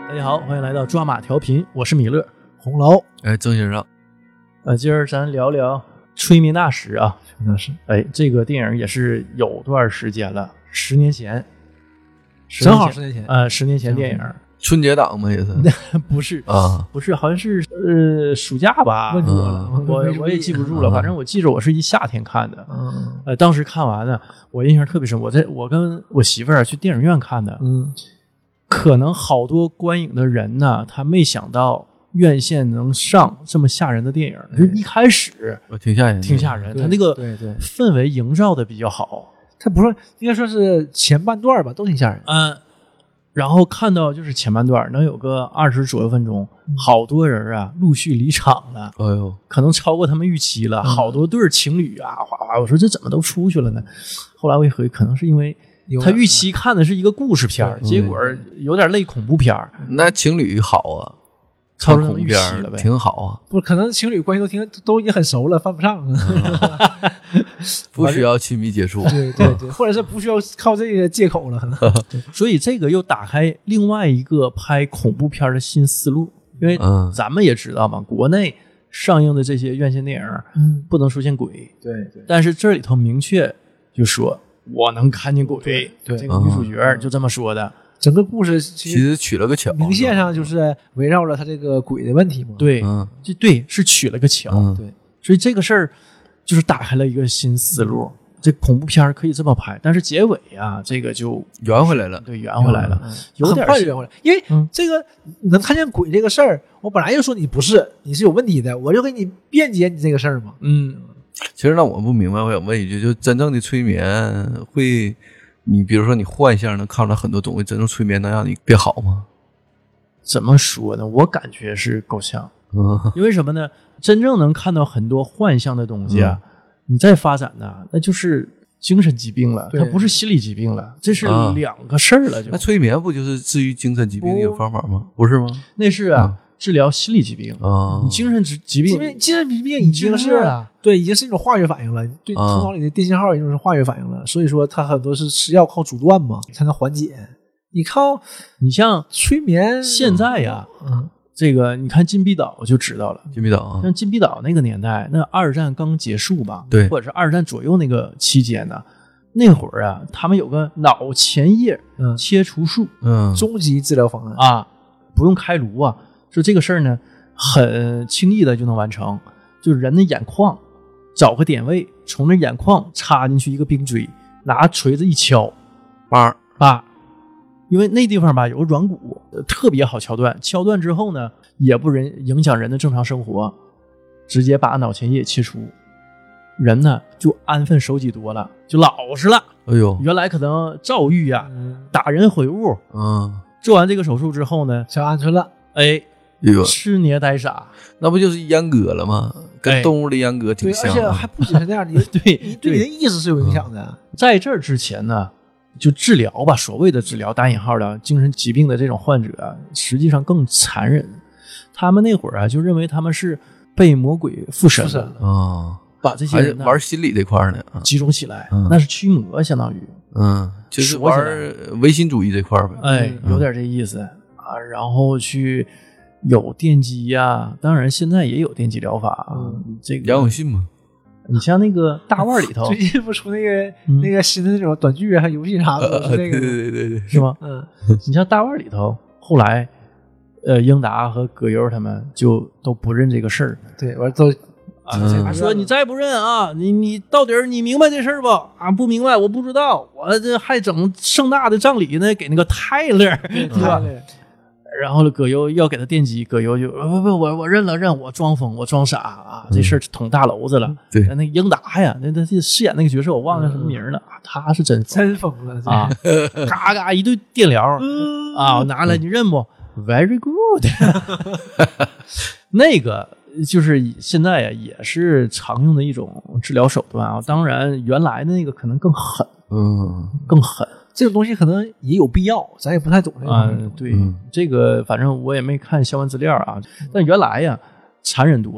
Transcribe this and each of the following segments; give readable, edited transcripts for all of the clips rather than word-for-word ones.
大家好，欢迎来到抓马调频，我是米勒。 红楼。 曾先生， 今儿咱聊聊催眠大师啊。 催眠大师， 这个电影也是有段时间了，10年前， 正好10年前 ，10年前电影。 春节档吗？也是不是啊？ 不是，好像是暑假吧？ 问住我了， 我也记不住了。反正我记着我是一夏天看的。当时看完呢，我印象特别深。我跟我媳妇儿去电影院看的。可能好多观影的人呢，他没想到院线能上这么吓人的电影。就一开始挺吓人， 挺吓人。他那个氛围营造的比较好。 他不是应该说是前半段吧，都挺吓人。 然后看到就是前半段能有个20左右分钟，好多人啊陆续离场了。 哎呦， 可能超过他们预期了。好多对情侣啊，哗哗，我说这怎么都出去了呢？后来我一回，可能是因为他预期看的是一个故事片，结果有点类恐怖片。 那情侣好啊， 超出恐怖片了呗， 挺好啊。 不，可能情侣关系都已经很熟了，犯不上。 不需要亲密接触。 对，或者是不需要靠这个借口了。 所以这个又打开另外一个拍恐怖片的新思路，因为咱们也知道嘛，国内上映的这些院线电影，不能出现鬼。 对， 但是这里头明确就说我能看见鬼。对，这个女主角就这么说的。 整个故事其实取了个巧， 明线上就是围绕了他这个鬼的问题嘛。 对，对，是取了个巧。 对， 所以这个事儿就是打开了一个新思路。这恐怖片可以这么拍，但是结尾啊，这个就圆回来了。 对，圆回来了，有点快圆回来。因为这个能看见鬼这个事儿，我本来就说你不是，你是有问题的，我就给你辩解你这个事儿嘛。 其实那我不明白，我想问一句，就真正的催眠会，你比如说你幻象能看出来很多东西，真正催眠能让你变好吗？ 怎么说呢？我感觉是够呛。因为什么呢？真正能看到很多幻象的东西啊，你再发展呢，那就是精神疾病了，它不是心理疾病了，这是两个事儿了。 那催眠不就是治愈精神疾病的一个方法吗？不是吗？ 那是治疗心理疾病你精神疾病， 精神疾病已经是对，已经是一种化学反应了，对头脑里的电信号已经是化学反应了，所以说它很多是吃药靠阻断嘛才能缓解。你像催眠现在呀，这个你看禁闭岛就知道了。 禁闭岛， 像禁闭岛那个年代，那二战刚结束吧， 对， 或者是二战左右那个期间呢，那会儿啊，他们有个脑前叶切除术， 终极治疗方案不用开颅啊，说这个事儿呢，很轻易的就能完成，就是人的眼眶找个点位，从那眼眶插进去一个冰锥，拿锤子一敲，叭。因为那地方吧有个软骨，特别好敲断。敲断之后呢，也不影响人的正常生活，直接把脑前叶切除，人呢就安分守己多了，就老实了。 哎呦， 原来可能躁郁呀，打人毁物，做完这个手术之后呢， 小鹌鹑了， 痴捏呆傻， 那不就是阉割了吗？跟动物的阉割挺像。 而且还不仅是这样，你对你的意识是有影响的。 在这之前呢，就治疗吧，所谓的治疗打引号的精神疾病的这种患者实际上更残忍。他们那会儿就认为他们是被魔鬼附身了把这些人玩心理这块呢集中起来，那是驱魔，相当于就是玩唯心主义这块呗。 有点这意思然后去有电击呀，当然现在也有电击疗法这个杨永信嘛。 你像那个大腕里头， 最近不出那个新的那种短剧还游戏啥的，是那个对， 是吗？你像大腕里头，后来英达和葛优他们就都不认这个事儿。 对，完都说你再不认你到底你明白这事儿不不明白，我不知道，我这还整盛大的葬礼呢，给那个泰勒，对吧？然后葛优要给他电击，葛优就不，我认了，我装疯，我装傻这事儿捅大娄子了。 对， 那英达呀，那饰演那个角色我忘了什么名了他是真疯了嘎嘎一顿电疗拿来你认不 ？Very good 。那个就是现在也是常用的一种治疗手段当然原来的那个可能更狠，更狠。 这种东西可能也有必要，咱也不太懂这个对，这个反正我也没看相关资料但原来呀残忍多了，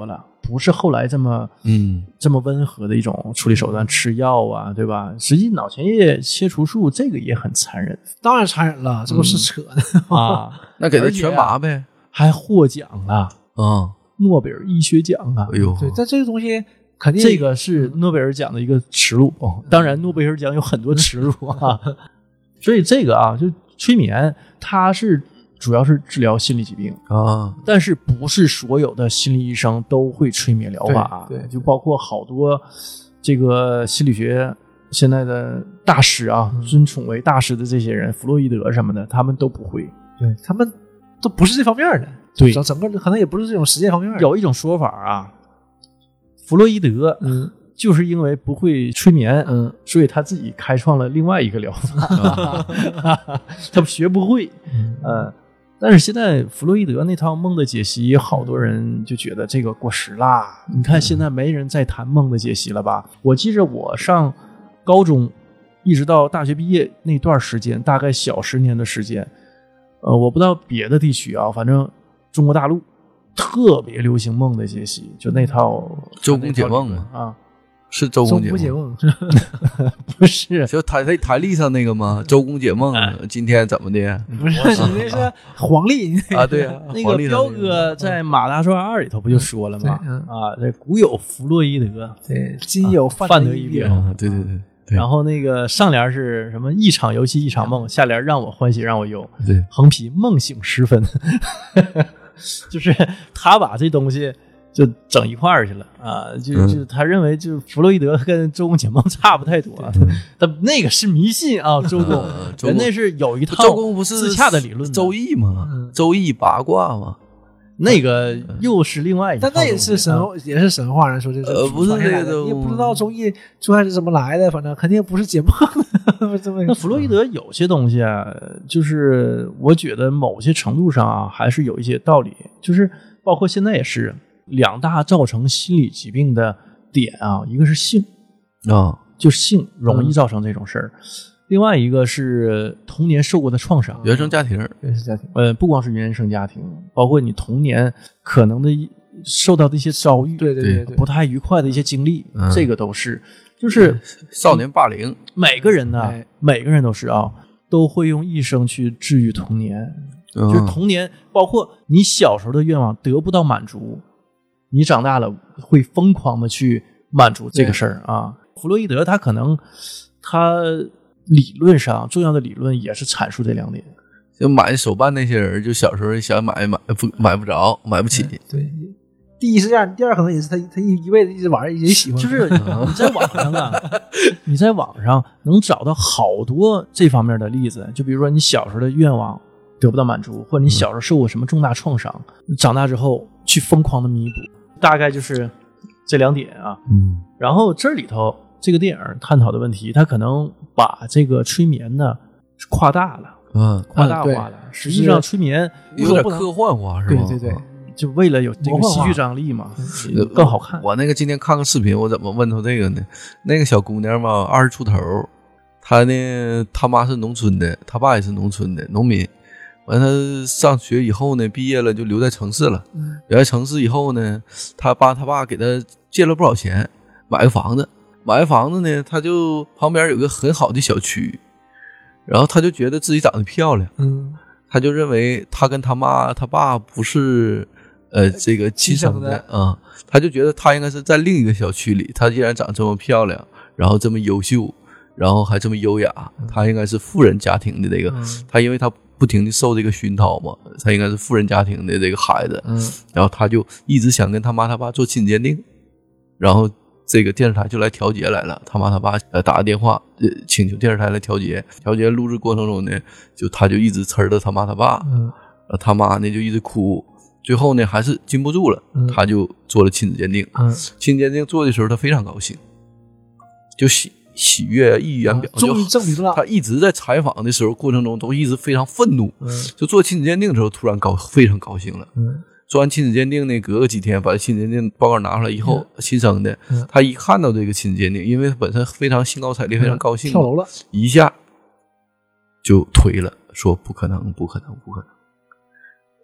不是后来这么温和的一种处理手段，吃药啊，对吧？实际脑前叶切除术这个也很残忍， 当然残忍了，这不是扯的啊？ 那给他全麻呗， 还获奖了啊， 诺贝尔医学奖啊！ 哎呦， 对，但这个东西肯定这个是诺贝尔奖的一个耻辱当然，诺贝尔奖有很多耻辱啊，所以这个啊，就催眠，它是主要是治疗心理疾病啊， 但是不是所有的心理医生都会催眠疗法， 对， 就包括好多这个心理学现在的大师啊，尊崇为大师的这些人，弗洛伊德什么的，他们都不会， 对他们都不是这方面的， 对， 整个可能也不是这种实践方面的。 有一种说法啊，弗洛伊德就是因为不会催眠，所以他自己开创了另外一个疗法，他学不会，但是现在弗洛伊德那套梦的解析，好多人就觉得这个过时啦。你看现在没人再谈梦的解析了吧？我记着我上高中一直到大学毕业那段时间，大概小10年的时间，我不知道别的地区啊，反正中国大陆特别流行梦的解析，就那套周公解梦啊。 是周公解梦， 不是就台历上那个吗？周公解梦，今天怎么的？ 不是，你那是黄历啊，对啊， 那个彪哥在《马大传2》里头不就说了吗？啊，这古有弗洛伊德， 对，今有范德一病， 对。 然后那个上联是什么？一场游戏一场梦，下联让我欢喜让我忧， 对， 横批梦醒时分，就是他把这东西。就整一块儿去了啊！就他认为，就弗洛伊德跟周公解梦差不太多，他那个是迷信啊。周公人那是有一套周公不是自洽的理论， 周易吗？周易八卦吗？ 那个又是另外一套， 但那也是神话人说这是不是这个， 也不知道周易最开始怎么来的，反正肯定不是解梦的。 那弗洛伊德有些东西啊，就是我觉得某些程度上啊，还是有一些道理，就是包括现在也是。2大造成心理疾病的点啊，一个是性就性容易造成这种事儿，另外一个是童年受过的创伤， 原生家庭， 不光是原生家庭，包括你童年可能的受到的一些遭遇， 对， 不太愉快的一些经历，这个都是，就是少年霸凌， 每个人呢，每个人都是啊，都会用一生去治愈童年，就是童年，包括你小时候的愿望得不到满足。你长大了会疯狂的去满足这个事儿啊。弗洛伊德他可能他理论上重要的理论也是阐述这2点。 就买手办那些人，就小时候想买不着，买不起。 对，第一是这样，第二可能也是他一辈子一直玩也喜欢。 就是你在网上啊，你在网上能找到好多这方面的例子，就比如说你小时候的愿望得不到满足，或者你小时候受过什么重大创伤，长大之后去疯狂的弥补。大概就是这2点啊，然后这里头这个电影探讨的问题，它可能把这个催眠呢夸大了，夸大化了。实际上催眠有点科幻化，是吧？ 对， 就为了有这个戏剧张力嘛，更好看。 我那个今天看个视频，我怎么问到这个呢？那个小姑娘嘛，20出头，她呢，她妈是农村的，她爸也是农村的农民。完，他上学以后呢，毕业了就留在城市了。留在城市以后呢，他爸给他借了不少钱，买个房子。买个房子呢，他就旁边有个很好的小区，然后他就觉得自己长得漂亮，他就认为他跟他妈他爸不是这个亲生的啊，他就觉得他应该是在另一个小区里。他既然长这么漂亮，然后这么优秀，然后还这么优雅，他应该是富人家庭的这个。他因为他不停地受这个熏陶嘛，他应该是富人家庭的这个孩子，然后他就一直想跟他妈他爸做亲子鉴定，然后这个电视台就来调解来了，他妈他爸打个电话请求电视台来调解录制过程中呢，他就一直呲着他妈他爸，他妈呢就一直哭，最后呢还是禁不住了，他就做了亲子鉴定，亲子鉴定做的时候他非常高兴，就喜悦溢于言表， 终于证明了。 他一直在采访的时候过程中都一直非常愤怒，就做亲子鉴定的时候突然非常高兴了。做完亲子鉴定呢，隔个几天把亲子鉴定报告拿出来以后，亲生的，他一看到这个亲子鉴定，因为他本身非常兴高采烈，非常高兴， 跳楼了， 一下就推了，说不可能。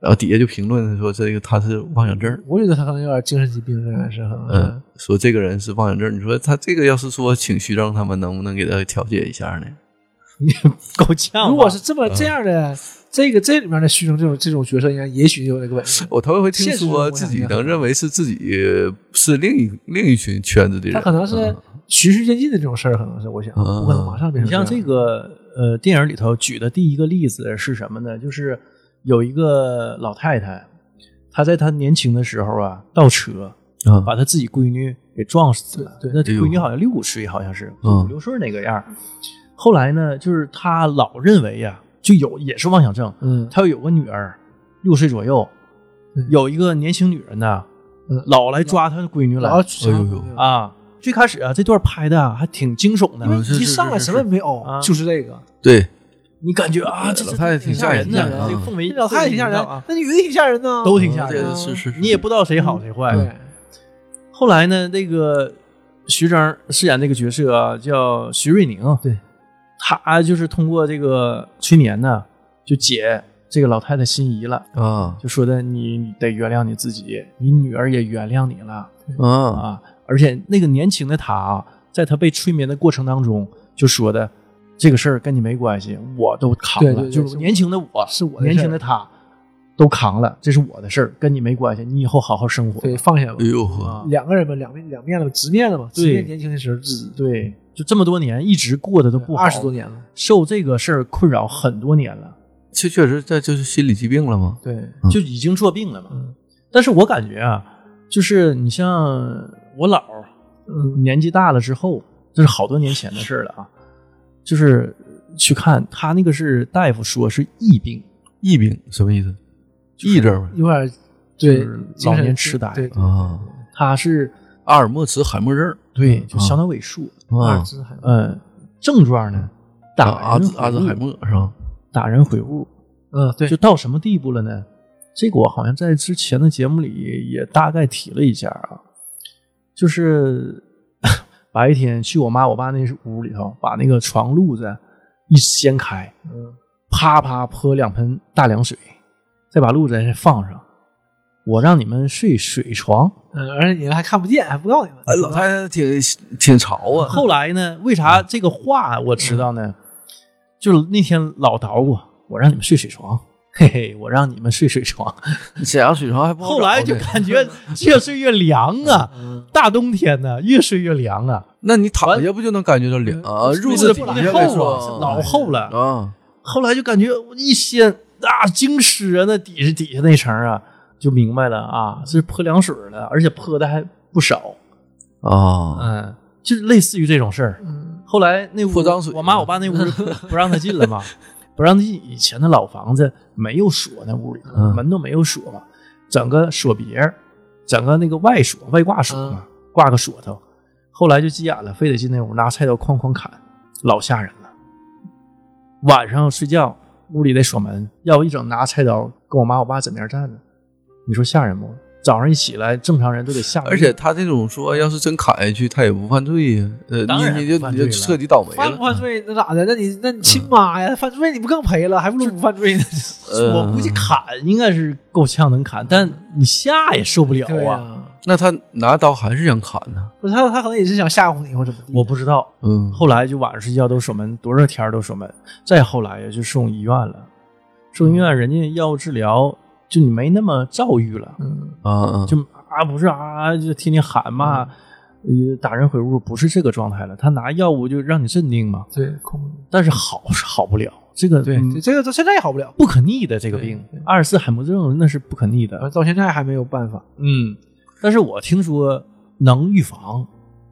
然后底下就评论说这个他是妄想症。 我觉得他可能有点精神疾病，应该是很说这个人是妄想症。你说他这个要是说请徐峥他们能不能给他调节一下呢？ 够呛。 如果是这样的，这里面的徐峥这种角色，应该也许有那个本事。 我头一回听说自己能认为是自己是另一群圈子的人， 他可能是循序渐进的这种事儿，可能是我想，不可能马上变成。 你像这个电影里头举的第一个例子是什么呢？就是有一个老太太，她在她年轻的时候啊倒车，把她自己闺女给撞死了。对，那闺女好像6岁，好像是5、6岁那个样。后来呢，就是她老认为呀，也是妄想症。她有个女儿6岁左右，有一个年轻女人呢，老来抓她的闺女来。啊，最开始啊，这段拍的还挺惊悚的， 一上来什么也没有，就是这个。 对， 你感觉啊，这老太太挺吓人的， 这个氛围， 老太太挺吓人，那女的挺吓人呢， 都挺吓人。 是， 你也不知道谁好谁坏。后来呢，那个徐峥饰演这个角色啊，叫徐瑞宁。 对。 他就是通过这个催眠呢，就解这个老太太心疑了啊，就说的你得原谅你自己，你女儿也原谅你了啊，而且那个年轻的他啊，在他被催眠的过程当中就说的这个事儿跟你没关系，我都扛了， 对， 就是年轻的我是我的年轻的他都扛了，这是我的事儿，跟你没关系，你以后好好生活， 对，放下吧。 哎呦， 两个人嘛，两面了，直面了嘛，直面年轻的时候自己， 对。就这么多年一直过得都不好 ，20多年了， 受这个事儿困扰很多年了。 确实这就是心理疾病了吗？ 对，就已经做病了嘛。但是我感觉啊，就是你像我姥年纪大了之后，这是好多年前的事了啊，就是去看他那个是大夫说是疫病。 疫病什么意思？癔症有点对老年痴呆啊， 他是阿尔默茨海默症。 对，就小脑萎缩症状呢， 阿兹海默是吧？ 打人毁物， 对， 就到什么地步了呢？这个我好像在之前的节目里也大概提了一下啊，就是白天去我妈我爸那屋里头，把那个床褥子一掀开，啪啪泼2盆大凉水，再把褥子放上。我让你们睡水床， 而且你们还看不见，还不告诉你们。 老太太挺潮啊。 后来呢，为啥这个话我知道呢？就是那天老捣鼓，我让你们睡水床，嘿嘿，我让你们睡水床。 沈阳水床还不好。 后来就感觉越睡越凉啊，大冬天的越睡越凉啊。 那你躺下不就能感觉到凉啊？褥子底下厚啊，老厚了啊。后来就感觉一掀啊，精湿啊，那底下那层啊。就明白了啊，是泼凉水了，而且泼的还不少啊。 就是类似于这种事儿。后来那屋泼脏水， 我妈我爸那屋不让他进了嘛，不让他进。以前的老房子没有锁，那屋里门都没有锁嘛，整个锁别，整个那个外锁外挂锁嘛，挂个锁头。后来就急眼了，非得进那屋拿菜刀哐哐砍，老吓人了。晚上睡觉屋里得锁门，要不一整拿菜刀跟我妈我爸枕边站着。你说吓人不？早上一起来，正常人都得吓人。 而且他这种说，要是真砍下去，他也不犯罪呀。你就彻底倒霉了。 犯不犯罪那咋的？那你亲妈呀！犯罪你不更赔了？还不如不犯罪呢。 我估计砍应该是够呛能砍，但你吓也受不了啊。 那他拿刀还是想砍呢？ 不是他可能也是想吓唬你或者怎么地。 我不知道。后来就晚上睡觉都锁门，多少天都锁门。再后来呀，就送医院了。送医院，人家药物治疗。就你没那么躁郁了，就不是就天天喊骂，打人毁物，不是这个状态了。他拿药物就让你镇定嘛， 对， 但是好不了，这个对，这个到现在也好不了， 不可逆的这个病，阿尔茨海默症那是不可逆的， 到现在还没有办法。 但是我听说能预防，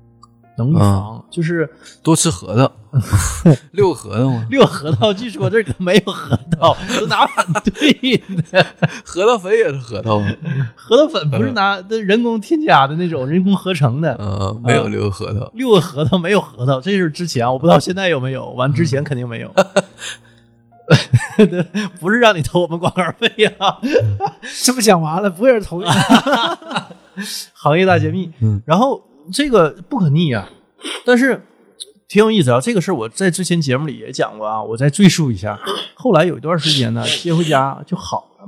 就是多吃核桃，6个核桃吗 ？6个核桃，据说这个没有核桃，都拿反对的。 核桃粉也是核桃吗？ 核桃粉不是拿人工添加的那种人工合成的。 没有6个核桃 ，6个核桃没有核桃，这是之前我不知道现在有没有，完之前肯定没有。不是让你投我们广告费呀。 这么讲完了，不会有人投你。 行业大揭秘。然后这个不可逆啊，但是挺有意思啊。这个事儿我在之前节目里也讲过啊，我再赘述一下。后来有一段时间呢，接回家就好了嘛。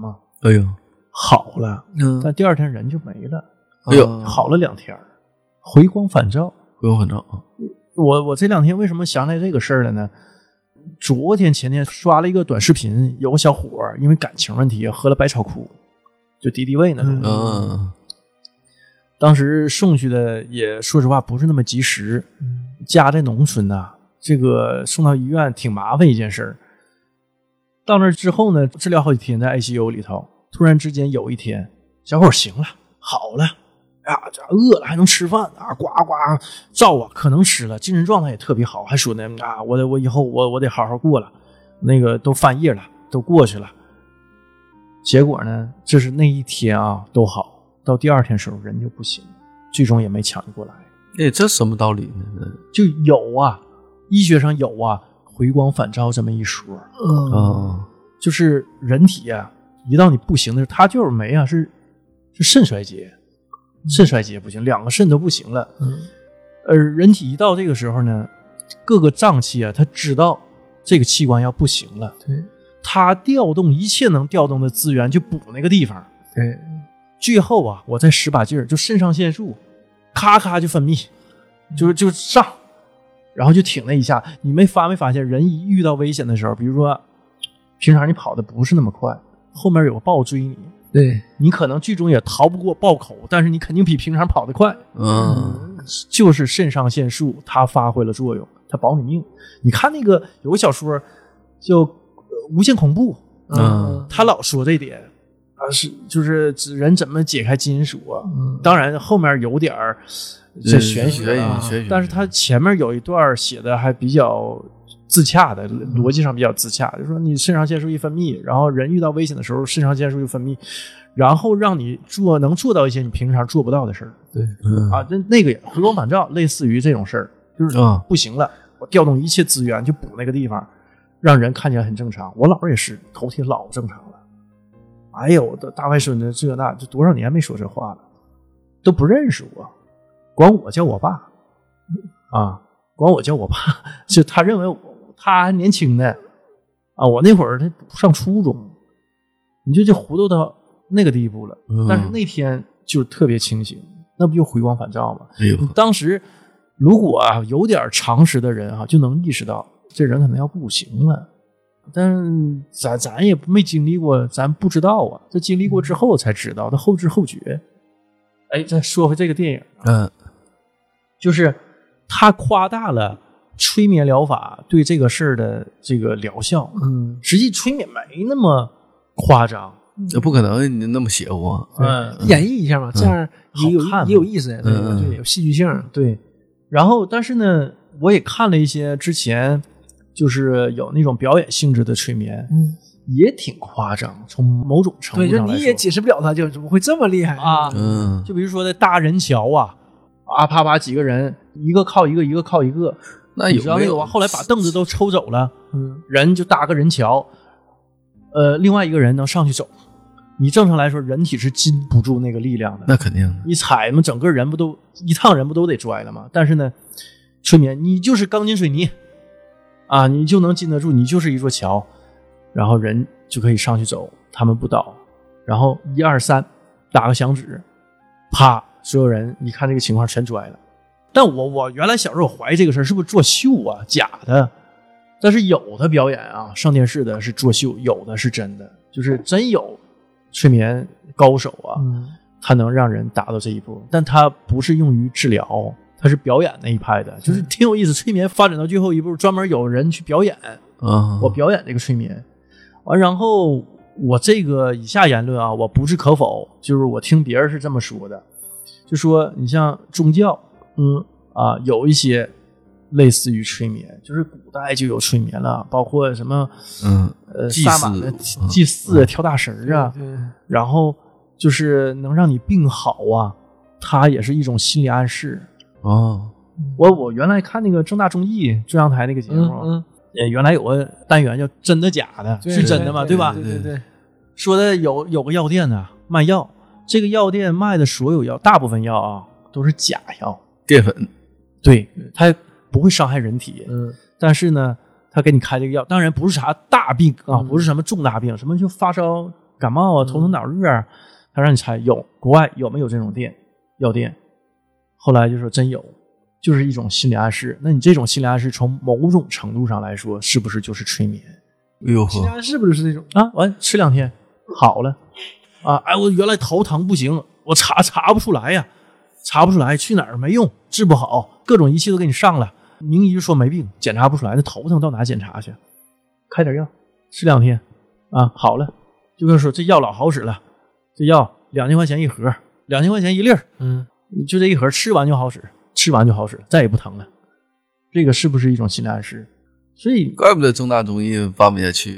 哎呦， 好了，但第二天人就没了。 哎呦， 好了2天，回光返照。 回光返照啊！ 我这2天为什么想起来这个事儿了呢？昨天前天刷了一个短视频，有个小伙因为感情问题喝了百草枯，就敌敌畏那种。当时送去的也说实话不是那么及时，家在农村呐，这个送到医院挺麻烦一件事儿。到那之后呢，治疗好几天在 ICU 里头，突然之间有一天，小伙行了，好了。呀，这饿了还能吃饭啊！呱呱照啊，可能吃了，精神状态也特别好，还说呢啊，我以后我得好好过了，那个都翻页了，都过去了。结果呢，这是那一天啊都好，到第2天时候人就不行了，最终也没抢救过来。 哎，这什么道理呢？ 就有啊，医学上有啊，回光返照这么一说。就是人体啊，一到你不行的时候，它就是没啊，是肾衰竭。肾衰竭不行，2个肾都不行了。人体一到这个时候呢，各个脏器啊，它知道这个器官要不行了， 对， 它调动一切能调动的资源去补那个地方。 对， 最后啊，我再使把劲儿，就肾上腺素，咔咔就分泌，就上，然后就挺那一下。你没发现，人一遇到危险的时候，比如说平常你跑的不是那么快，后面有个豹追你。 对， 你可能最终也逃不过豹口，但是你肯定比平常跑得快。就是肾上腺素它发挥了作用，它保你命。你看那个有个小说叫《无限恐怖》，他老说这一点啊，就是人怎么解开金属啊。当然后面有点这玄学啊，但是他前面有一段写的还比较自洽的，逻辑上比较自洽，就是说你肾上腺素一分泌，然后人遇到危险的时候肾上腺素一分泌，然后让你能做到一些你平常做不到的事儿。 对， 那个也回光返照，类似于这种事儿，就是不行了，我调动一切资源去补那个地方，让人看起来很正常。我姥儿也是头天老正常了，哎呦，我的大外孙子这那，这多少年没说这话了，都不认识我，管我叫我爸啊，管我叫我爸，就他认为他还年轻呢啊，我那会儿他上初中，你就糊涂到那个地步了。但是那天就特别清醒，那不就回光返照吗？当时如果有点常识的人就能意识到这人可能要不行了，但是咱也没经历过，咱不知道啊，这经历过之后才知道，他后知后觉。再说回这个电影，就是他夸大了催眠疗法对这个事儿的这个疗效，实际催眠没那么夸张， 不可能你那么邪乎啊！ 演绎一下嘛，这样也有意思，对，有戏剧性， 对。然后，但是呢，我也看了一些之前就是有那种表演性质的催眠，也挺夸张，从某种程度上来说， 对，就你也解释不了他就怎么会这么厉害啊？就比如说在大人桥啪啪几个人，一个靠一个，一个靠一个。 那你知道那个后来把凳子都抽走了，人就搭个人桥，另外一个人能上去走。你正常来说，人体是禁不住那个力量的， 那肯定。 你踩嘛，整个人不都一趟人不都得摔了吗？但是呢，催眠你就是钢筋水泥啊，你就能禁得住，你就是一座桥，然后人就可以上去走，他们不倒。然后1、2、3打个响指，啪，所有人一看这个情况全摔了。但我原来小时候我怀疑这个事儿是不是作秀啊，假的。但是有的表演上电视的是作秀，有的是真的，就是真有催眠高手他能让人达到这一步，但他不是用于治疗，他是表演那一派的，就是挺有意思。催眠发展到最后一步，专门有人去表演，我表演这个催眠，然后我这个以下言论我不置可否，就是我听别人是这么说的，就说你像宗教，有一些类似于催眠，就是古代就有催眠了，包括什么萨满的祭祀跳大神然后就是能让你病好它也是一种心理暗示我原来看那个正大综艺中央台那个节目，原来有个单元叫真的假的，是真的吗？对吧？ 对， 说的有个药店卖药，这个药店卖的所有药，大部分药都是假药， 淀粉， 对，它不会伤害人体，但是呢，他给你开这个药，当然不是啥大病不是什么重大病，什么就发烧感冒啊，头疼脑热啊，他让你猜有国外有没有这种药店？后来就说真有，就是一种心理暗示。那你这种心理暗示从某种程度上来说，是不是就是催眠？ 哎呦， 心理暗示不就是那种啊？完吃2天好了啊！哎，我原来头疼不行，我查不出来呀，查不出来，去哪儿没用，治不好，各种仪器都给你上了，名医就说没病，检查不出来，那头疼到哪检查去？开点药，吃2天啊，好了，就跟说这药老好使了，这药2000块钱一盒，2000块钱一粒儿，就这一盒吃完就好使，吃完就好使，再也不疼了。这个是不是一种心理暗示？所以怪不得中大综艺办不下去，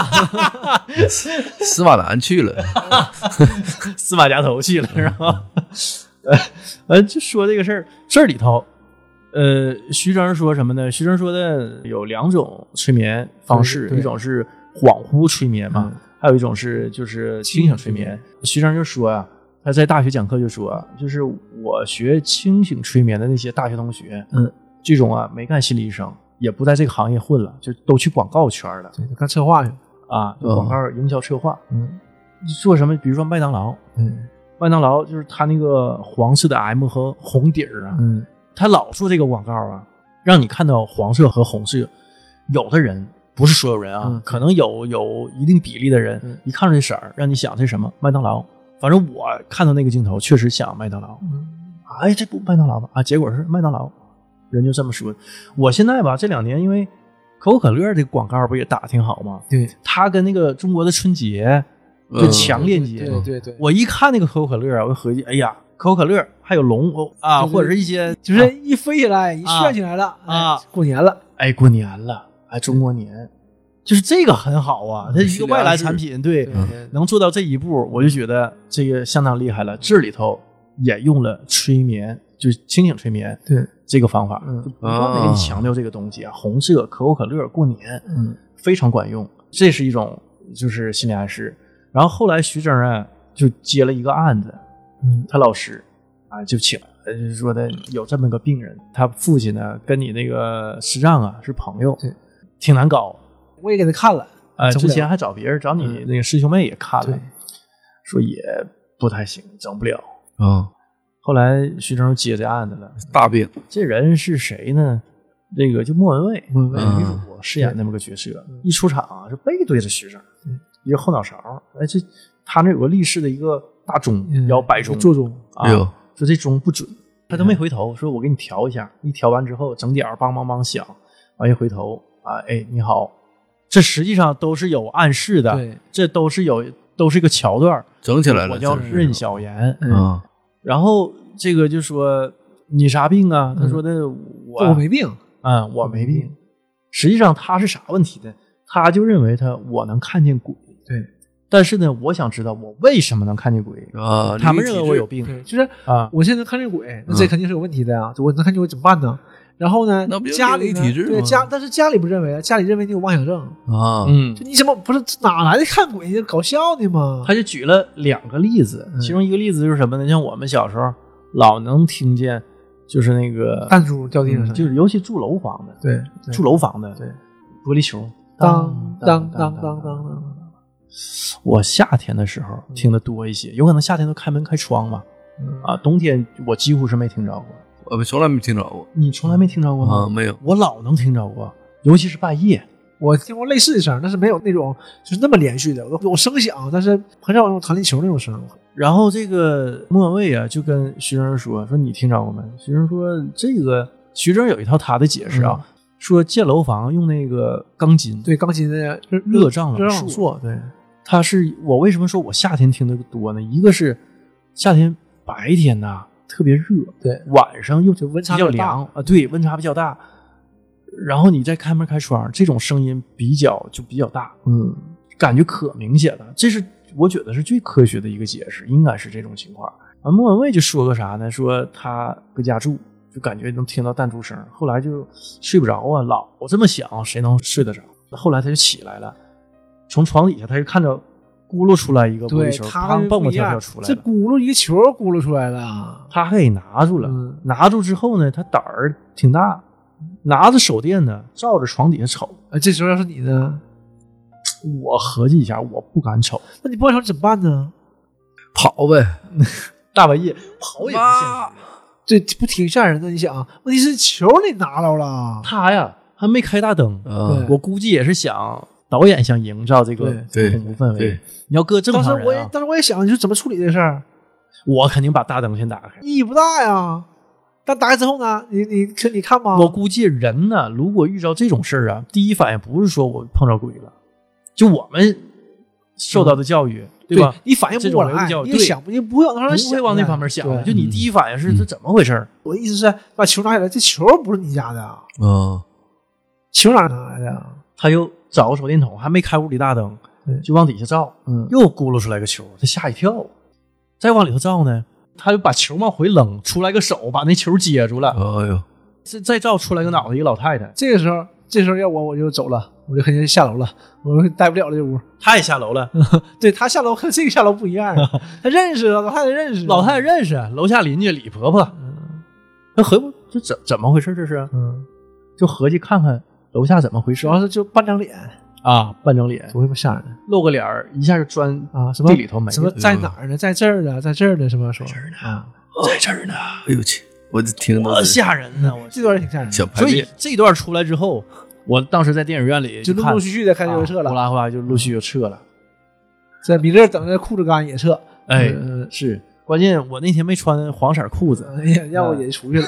司马南去了， 司马家头去了是吧？就说这个事儿，这里头，徐峥说什么呢？徐峥说的有2种催眠方式，一种是恍惚催眠嘛，还有一种是就是清醒催眠。徐峥就说啊，他在大学讲课就说，就是我学清醒催眠的那些大学同学，这种啊没干心理医生，也不在这个行业混了，就都去广告圈了， 对，干策划去了啊，广告营销策划，做什么？比如说麦当劳，麦当劳就是他那个黄色的 M 和红底儿啊，他老做这个广告啊，让你看到黄色和红色。有的人不是所有人啊，可能有一定比例的人，一看到这色儿，让你想这什么麦当劳。反正我看到那个镜头，确实想麦当劳。哎，这不麦当劳吧？啊，结果是麦当劳，人就这么说。我现在吧，这2年因为可口可乐这个广告不也打挺好吗？ 对， 他跟那个中国的春节就强链接。 对， 我一看那个可口可乐，我就合计，哎呀，可口可乐还有龙啊，或者是一些就是一飞起来，一旋起来了啊，过年了， 哎，过年了，哎，中国年，就是这个很好啊，它一个外来产品，对，能做到这一步，我就觉得这个相当厉害了。这里头也用了催眠，就是清醒催眠， 对这个方法，就不断的给你强调这个东西啊，红色可口可乐过年，非常管用，这是一种就是心理暗示。然后后来徐峥啊就接了一个案子，他老师啊就请就是说的有这么个病人，他父亲呢跟你那个师丈啊是朋友，对，挺难搞。 我也给他看了， 之前还找别人，找你那个师兄妹也看了，说也不太行，整不了。后来徐峥接这案子了， 大病。 这人是谁呢？这个就莫文蔚，女主饰演那么个角色，一出场啊是背对着徐峥，一个后脑勺，哎，这他那有个立式的一个大钟，摇摆钟， 座钟啊，说这钟不准，他都没回头，说我给你调一下，一调完之后整点梆梆梆响，完一回头啊，哎，你好，这实际上都是有暗示的， 对， 这都是一个桥段， 整起来了。 我叫任小妍，然后这个就说你啥病啊？他说的我没病， 我没病。实际上他是啥问题呢？他就认为我能看见鬼， 对。 但是呢，我想知道我为什么能看见鬼啊？ 他们认为我有病， 就是啊，我现在能看见鬼，那这肯定是有问题的呀。我能看见鬼怎么办呢？然后呢，家里对但是家里不认为，家里认为你有妄想症啊。 就你怎么不是哪来的看鬼？你搞笑呢吗？ 他就举了2个例子，其中一个例子就是什么呢？像我们小时候老能听见，就是那个弹珠掉地上， 就是尤其住楼房的， 对， 住楼房的， 对， 玻璃球当当当当当。 我夏天的时候听得多一些，有可能夏天都开门开窗嘛，冬天我几乎是没听着过。 我们从来没听着过。 你从来没听着过吗？ 没有。 我老能听着过，尤其是半夜。 我听过类似的声，但是没有那种就是那么连续的，有声响，但是很少有那种弹力球那种声。 然后这个莫文蔚啊，就跟徐峥说你听着过没？徐峥说这个徐峥有一套他的解释啊，说建楼房用那个钢筋， 对钢筋的热胀冷缩， 对。 他是我为什么说我夏天听得多呢？一个是夏天白天呐特别热， 对， 晚上又就温差比较凉啊，对，温差比较大。然后你再开门开窗，这种声音比较大，感觉可明显了。这是我觉得是最科学的一个解释，应该是这种情况。莫文蔚就说个啥呢？说他搁家住，就感觉能听到弹珠声，后来就睡不着啊，老这么响，谁能睡得着？后来他就起来了。从床底下，他就看着咕噜出来一个玻璃球，他蹦蹦跳跳出来了。 这咕噜一个球咕噜出来了， 他还给拿住了。拿住之后呢，他胆儿挺大，拿着手电呢，照着床底下瞅。 这时候要是你呢， 我合计一下，我不敢瞅。 那你不敢瞅怎么办呢？ 跑呗， 大半夜跑也不现实。 这不挺吓人的？你想，问题是球你拿着了， 他呀还没开大灯，我估计也是想导演想营造这个恐怖氛围。你要搁正常人啊， 当时我也想，你说怎么处理这事儿？ 我肯定把大灯先打开， 意义不大呀。但打开之后呢，你看吗？ 我估计人呢，如果遇到这种事儿啊，第一反应不是说我碰着鬼了，就我们受到的教育。对吧？ 你反应不过来，你想不会往那方想，不会往那方面想。就你第一反应是这怎么回事？ 我的意思是把球拿下来，这球不是你家的啊？球哪拿来的？ 他又找个手电筒，还没开屋里大灯，就往底下照，又咕噜出来个球，他吓一跳。再往里头照呢，他就把球往回扔，出来个手把那球接住了。 哎呦！ 再照出来个脑袋，一个老太太。 这时候要我就走了。我就肯定下楼了，我待不了了这屋。 他也下楼了， 对他下楼和这个下楼不一样，他认识老太太认识， 老太太认识楼下邻居李婆婆。那合不这怎么回事？这是，就合计看看楼下怎么回事。 主要是就半张脸啊，半张脸， 多么吓人， 露个脸一下就钻啊什么地里头没了。 什么在哪儿呢？在这儿呢，在这儿呢，什么说在这儿呢？在这儿呢。 哎呦去，我听到吓人呢，我这段挺吓人。 所以这段出来之后。我当时在电影院里就陆陆续续的开就撤了， 呼啦呼啦就陆续就撤了。 在米勒等着裤子干也撤， 哎，是关键我那天没穿黄色裤子， 哎呀，要不也出去了。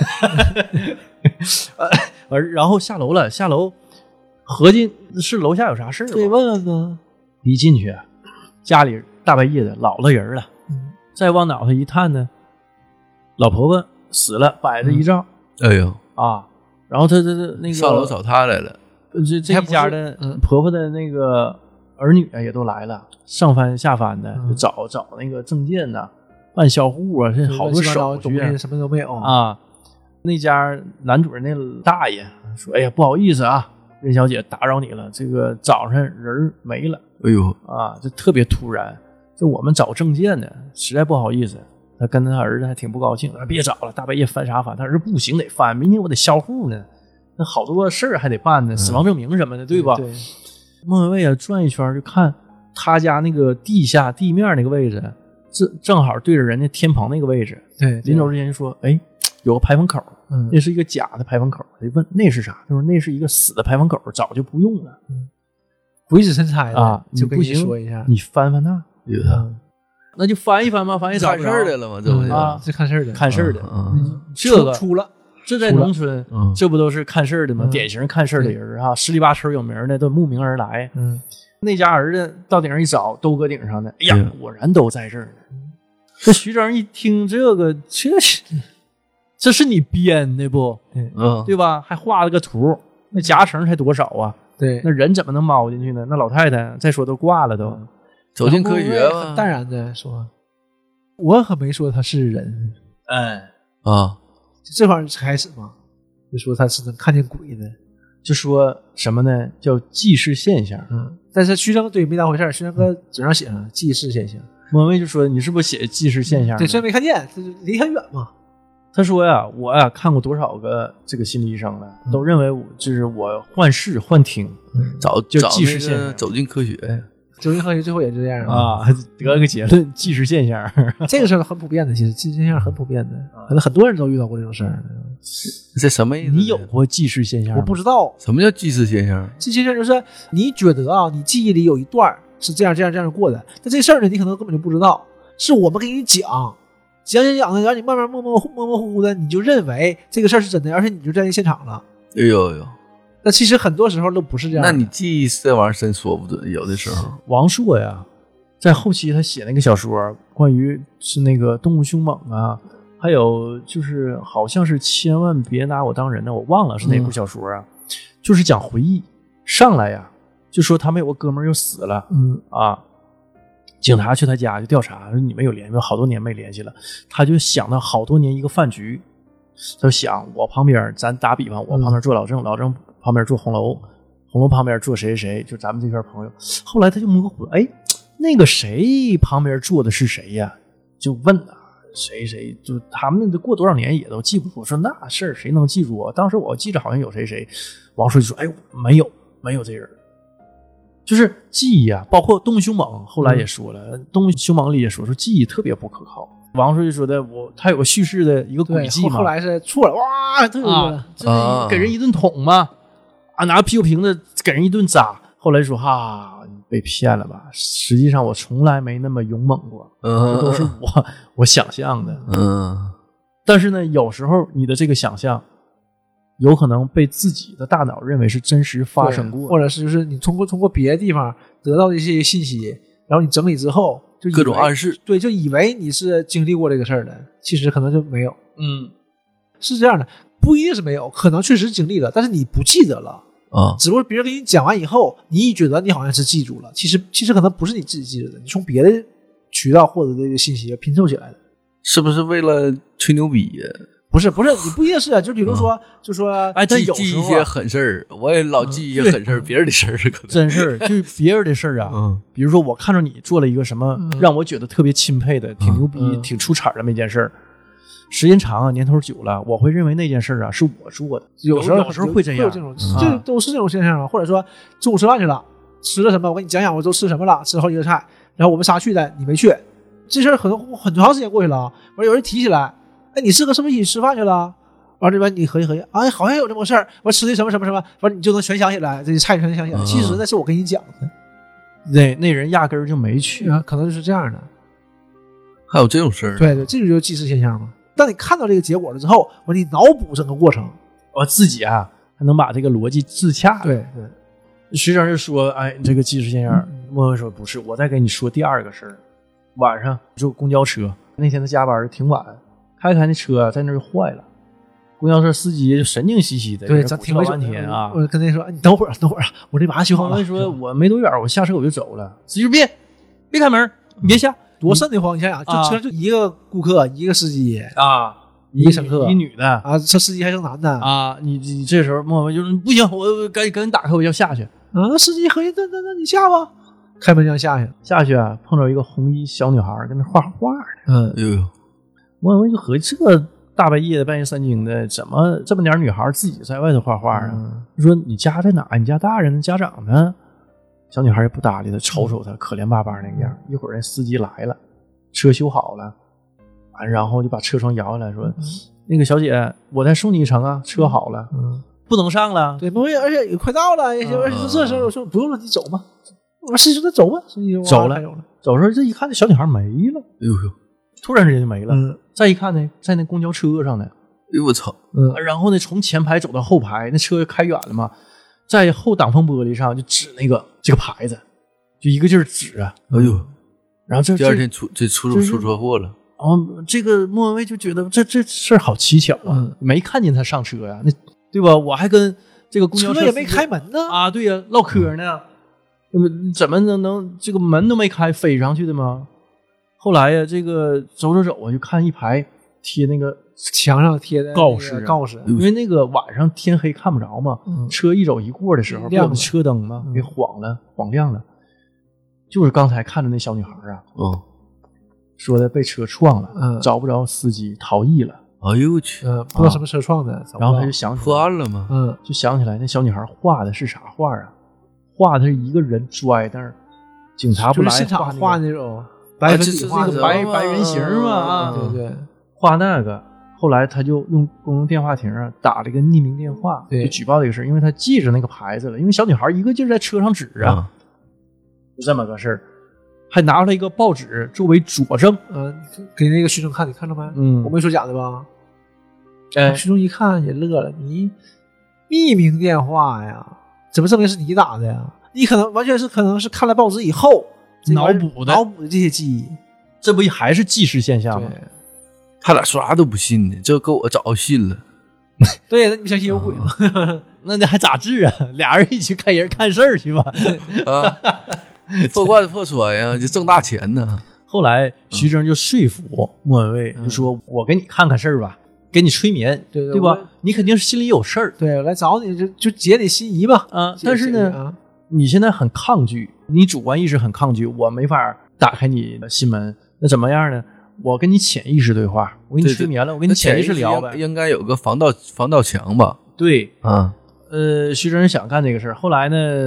然后下楼了，下楼合计是楼下有啥事儿， 对，问问呢。 一进去，家里大半夜的老了人了，再往脑袋一探呢，老婆婆死了，摆着遗照。 哎呦啊！然后他那个上楼找他来了。 这一家的婆婆的那个儿女啊也都来了，上翻下翻的，就找那个证件呐、办销户啊，这好多手续什么都没有啊。那家男主人那大爷说：“哎呀，不好意思啊，任小姐打扰你了，这个早上人没了。” 哎呦啊，这特别突然，就我们找证件呢，实在不好意思。他跟他儿子还挺不高兴，别找了，大半夜翻啥翻？他儿子不行，得翻，明天我得销户呢。那好多事儿还得办呢，死亡证明什么的，对吧？ 对。 孟文蔚啊，转一圈就看他家那个地下地面那个位置，正好对着人家天棚那个位置。 对， 临走之前就说：“哎，有个排风口，那是一个假的排风口。”他就问那是啥？他说那是一个死的排风口，早就不用了。 鬼使神差的啊！ 就跟你说一下， 你翻翻那，那就翻一翻吧，翻一找看事儿的了吗？这不就啊？ 这看事儿的， 看事儿的。这个出了。 这在农村，这不都是看事儿的吗？典型看事儿的人啊，十里八村有名的都慕名而来。那家儿子到顶上一找，都搁顶上呢。哎呀，果然都在这儿呢。这徐峥一听这个，这是你编的不？对吧？还画了个图，那夹层才多少啊？ 对， 那人怎么能猫进去呢？那老太太再说都挂了都。 走进科学嘛， 淡然的说：“我可没说他是人。”这块开始嘛，就说他是能看见鬼的， 就说什么呢？叫既视现象。 但是徐峥对没当回事，徐峥搁纸上写上既视现象。 莫文蔚就说：“你是不是写既视现象？” 对，虽然没看见，离很远嘛。 他说呀：“我呀看过多少个这个心理医生了，都认为就是我幻视幻听，就既视现象， 走进科学。” 走进科学最后也这样啊，得个结论，既视现象。 这个事儿很普遍的，其实既视现象很普遍的，可能很多人都遇到过这种事儿。 这什么意思？ 你有过既视现象吗？ 我不知道什么叫既视现象。 既视现象就是你觉得啊，你记忆里有一段是这样过的，但这事儿呢，你可能根本就不知道，是我们给你讲的，让你慢慢模模糊糊的，你就认为这个事儿是真的，而且你就在那现场了。 哎呦。 那其实很多时候都不是这样。 那你记忆这玩意儿真说不准，有的时候。 王朔呀，在后期他写那个小说，关于是那个动物凶猛啊，还有就是好像是千万别拿我当人呢，我忘了是哪部小说啊，就是讲回忆上来呀，就说他们有个哥们儿又死了，警察去他家就调查，说你们有联系，好多年没联系了，他就想到好多年一个饭局，他就想我旁边，咱打比方，我旁边坐老郑，老郑旁边坐红楼，红楼旁边坐谁谁，就咱们这圈朋友。后来他就模糊了，哎，那个谁旁边坐的是谁呀？就问啊，谁，就他们过多少年也都记不住。说那事儿谁能记住啊？当时我记着好像有谁谁。王叔就说，哎，没有这人。 就是记忆啊，包括《动物凶猛》后来也说了，动物凶猛》里也说记忆特别不可靠。王书记说的，他有个叙事的一个轨迹嘛， 后来是错了，哇，特别就是给人一顿捅嘛，拿啤酒瓶子给人一顿扎。后来说你被骗了吧？实际上我从来没那么勇猛过，这都是我想象的。但是呢，有时候你的这个想象有可能被自己的大脑认为是真实发生过， 或者是就是你通过别的地方得到的一些信息，然后你整理之后就各种暗示， 对，就以为你是经历过这个事儿的，其实可能就没有。是这样的，不一定是没有，可能确实经历了，但是你不记得了只不过别人给你讲完以后，你觉得你好像是记住了，其实可能不是你自己记得的，你从别的渠道获得的这个信息拼凑起来的。 是不是为了吹牛逼呀？ 不是，你不一定是啊，就比如说，就说， 但有时候记一些狠事儿，我也老记一些狠事儿，别人的事儿可能真事儿，就是别人的事儿啊。比如说我看着你做了一个什么让我觉得特别钦佩的、挺牛逼、挺出彩的那件事儿，时间长年头久了，我会认为那件事儿是我做的。有时候会这样， 这都是这种现象啊。或者说中午吃饭去了，吃了什么，我跟你讲讲我都吃什么了，吃好几个菜，然后我们仨去的，你没去。这事儿可能很长时间过去了，完有人提起来，你是不是一起吃饭去了？完这边你合计，好像有这么个事儿，完吃的什么什么什么，完你就能全想起来，这些菜全想起来。其实那是我跟你讲的， 那人压根儿就没去可能就是这样的。 还有这种事儿？ 对，这就是即时现象嘛。当你看到这个结果了之后，你脑补整个过程， 我自己还能把这个逻辑自洽。 对， 学生就说，这个即时现象。莫文说不是，我再给你说第二个事儿。晚上就公交车，那天他加班挺晚，开那车在那儿坏了，公交车司机就神经兮兮的， 对，咱停了半天啊。 我跟他说，你等会儿，我这马上修好了。 说我没多远，我下车我就走了。司机说别开门，你别下， 多瘆得慌！你想想，就车就一个顾客，一个司机一个乘客， 一女的这司机还是男的你这时候莫文就是不行，我赶紧打开，我要下去司机合计，那你下吧。开门让下去碰到一个红衣小女孩跟那画画呢。莫文就合计，这大半夜3更的，怎么这么点女孩自己在外头画画说你家在哪？你家大人家长呢？小女孩也不搭理他，瞅他可怜巴巴那个样。一会儿司机来了，车修好了然后就把车窗摇下来说，那个小姐，我再送你一程啊，车好了不能上了。 对，而且也快到了，而且说这时候我说不用了，你走吧。我司机说那走吧， 走了。走时候这一看，这小女孩没了，突然之间就没了。再一看呢，在那公交车上呢。 我操！ 然后呢，从前排走到后排，那车开远了嘛，在后挡风玻璃上就指这个牌子，就一个劲儿指然后第二天出车祸了。 这个莫文蔚就觉得这事儿好蹊跷没看见他上车呀，那对吧？我还跟这个公交车也没开门呢对呀，唠嗑呢。怎么能这个门都没开飞上去的吗？后来呀，这个走就看一排贴那个墙上贴的告示， 因为那个晚上天黑看不着嘛，车一走一过的时候，亮车灯嘛给晃亮了。就是刚才看着那小女孩说的被车撞了，找不着司机，逃逸了。 哎呦我去， 不知道什么车撞的。 然后他就想起来破案了吗？ 就想起来那小女孩画的是啥画画的是一个人拽那儿，警察不来， 就是现场画那种白粉笔画的白人形嘛对， 画那个。后来他就用公用电话亭打了一个匿名电话，就举报这个事，因为他记着那个牌子了，因为小女孩一个劲儿在车上指就这么个事儿，还拿出来一个报纸作为佐证， 给那个徐峥看，你看着没？我没说假的吧？徐峥一看也乐了，你匿名电话呀？怎么证明是你打的呀？你可能完全是可能是看了报纸以后脑补的这些记忆， 这不还是即时现象吗？ 他俩说啥都不信呢，这给我早信了。 对，那你相信有鬼吗？ 那还咋治啊？俩人一起开人看事儿去吧。 破罐子破摔呀，就挣大钱呢。 后来徐峥就说服莫文蔚，就说我给你看看事儿吧，给你催眠，对吧？你肯定是心里有事儿， 对，来找你就解你心疑吧。 但是呢，你现在很抗拒，你主观意识很抗拒，我没法打开你的心门，那怎么样呢？我跟你潜意识对话，我给你催眠了，我跟你潜意识聊呗。 应该有个防盗墙吧？ 对，徐峥想干这个事儿，后来呢，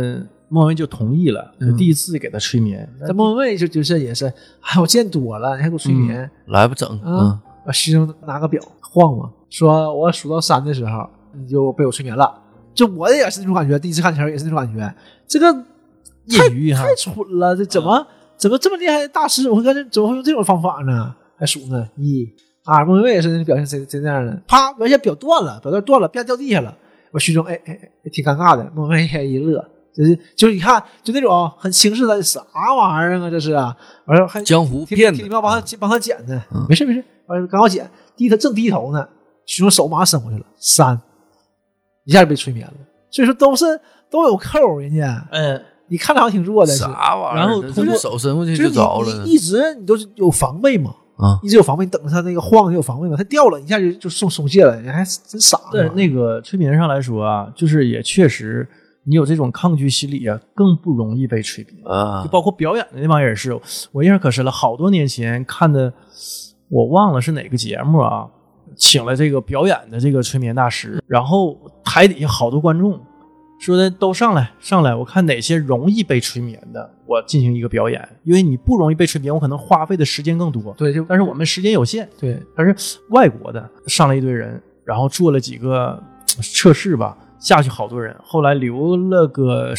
莫文蔚就同意了，就第一次给他催眠。 这莫文蔚就是也是，哎，我见多了，你还给我催眠， 来吧整啊！徐峥拿个表晃嘛，说我数到3的时候，你就被我催眠了。就我也是那种感觉，第一次看前也是那种感觉，这个业余哈太蠢了，这怎么这么厉害的大师，我感觉怎么会用这种方法呢？还数呢，1、2，莫文蔚也是表现这样的，啪，而且表断了，啪掉地下了。我徐峥挺尴尬的，莫文蔚也一乐，就是你看，就那种很轻视的啥玩意儿啊，这是啊，完了还江湖骗子， 挺礼貌帮他剪呢，没事，完了刚好剪，正低头呢，徐峥手马上伸过去了，3，一下就被催眠了。所以说都有扣，人家，你看着好像挺弱的， 啥玩意儿？ 然后通过手伸过去就着了， 一直你都是有防备嘛。一直有防备，你等着他那个晃有防备嘛，他掉了一下就松懈了，你还真傻。 对，那个催眠上来说啊，就是也确实，你有这种抗拒心理啊，更不容易被催眠啊。就包括表演的那帮人是，我印象可深了，好多年前看的，我忘了是哪个节目啊，请了这个表演的这个催眠大师，然后台底下好多观众说的都上来，我看哪些容易被催眠的，我进行一个表演。因为你不容易被催眠，我可能花费的时间更多。 对， 但是我们时间有限。 对， 但是外国的上了一堆人，然后做了几个测试吧，下去好多人，后来留了个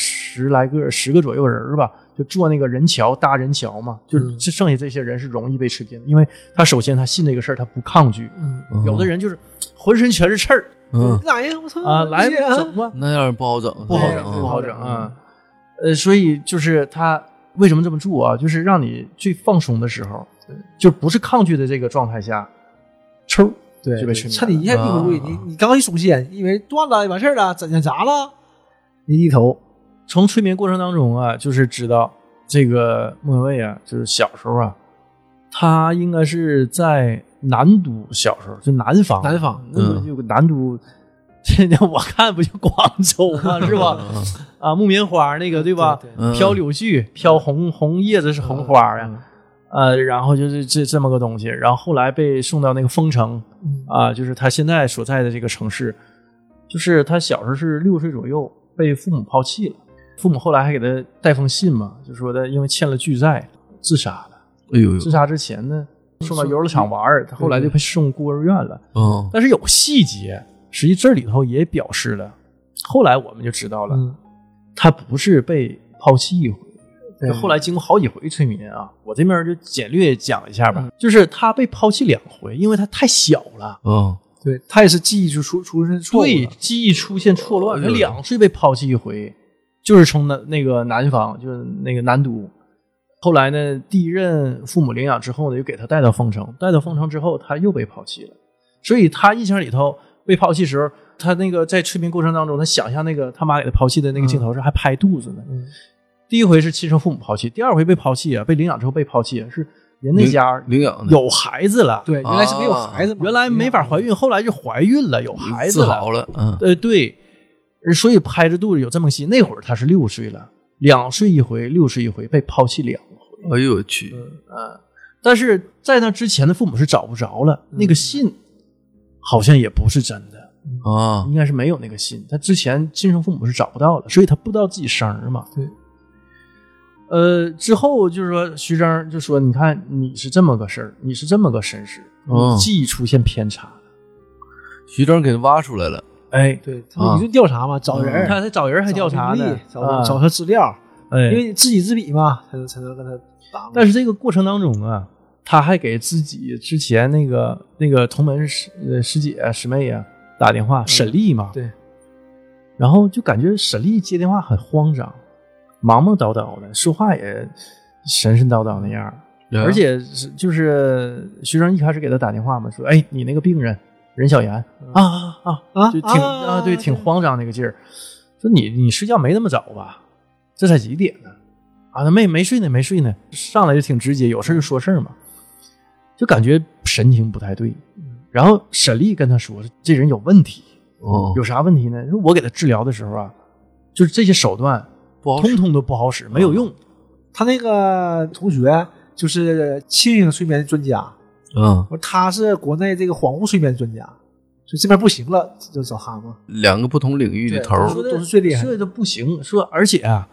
10个左右人吧，就做那个大人桥嘛，就是剩下这些人是容易被催眠的，因为他首先他信这个事儿，他不抗拒。有的人就是浑身全是刺儿。 来呀！我操啊，来整吧， 那样不好整啊。所以就是他为什么这么做啊？就是让你最放松的时候，就不是抗拒的这个状态下，抽就被催眠了， 趁你一下低头注意，你刚一松懈，你以为断了完事儿了，怎咋了？一低头， 从催眠过程当中啊，就是知道这个莫文蔚啊，就是小时候啊，他应该是在南都，小时候就南方，那么有个南都，现在我看不就广州吗？是吧？啊，木棉花那个对吧？飘柳絮，飘红叶子是红花呀。然后就是这么个东西，然后后来被送到那个丰城啊，就是他现在所在的这个城市，就是他小时候是6岁左右被父母抛弃了，父母后来还给他带封信嘛，就说他因为欠了巨债自杀了。 哎呦， 自杀之前呢，送到游乐场玩，他后来就被送孤儿院了。但是有细节，实际这里头也表示了，后来我们就知道了，他不是被抛弃一回。后来经过好几回催眠啊，我这边就简略讲一下吧。就是他被抛弃2回，因为他太小了。 对，他也是记忆就出现错误， 对，记忆出现错乱。他2岁被抛弃一回，就是从那个南方，就是那个南都。后来呢，第一任父母领养之后呢，又给他带到丰城，之后他又被抛弃了。所以他印象里头被抛弃时候，他那个在催眠过程当中，他想象那个他妈给他抛弃的那个镜头是还拍肚子呢。第一回是亲生父母抛弃，第2回被抛弃啊，被领养之后被抛弃，是人那家领养有孩子了。 对，原来是没有孩子嘛， 原来没法怀孕，后来就怀孕了，有孩子了， 自豪了。 对，所以拍着肚子有这么戏。那会儿他是6岁了，2岁一回，6岁一回，被抛弃2回。 哎呦我去！ 但是在那之前的父母是找不着了，那个信好像也不是真的啊，应该是没有那个信。他之前亲生父母是找不到了，所以他不知道自己生儿嘛。 对。 之后就是说，徐峥就说：“你看，你是这么个事儿，你是这么个身世，记忆出现偏差。” 徐峥给他挖出来了。 哎， 对，他们一顿调查嘛，找人， 他找人还调查呢， 找他资料， 因为知己知彼嘛，才能跟他打。 但是这个过程当中啊，他还给自己之前那个同门师姐师妹啊打电话，沈丽嘛， 对， 然后就感觉沈丽接电话很慌张。忙忙叨叨的，说话也神神叨叨那样，而且就是徐峥一开始给他打电话嘛，说：“哎，你那个病人任小妍就挺挺慌张那个劲儿，说你睡觉没那么早吧？这才几点呢？啊，他没睡呢，上来就挺直接，有事就说事儿嘛，就感觉神情不太对。然后沈丽跟他说，这人有问题，有啥问题呢？说我给他治疗的时候啊，就是这些手段。”通通都不好使，没有用。 他那个同学就是轻型催眠专家，他是国内这个恍惚催眠专家，所以这边不行了，就找他嘛。 2个不同领域的头都是最厉害的， 这都不行。说而且啊，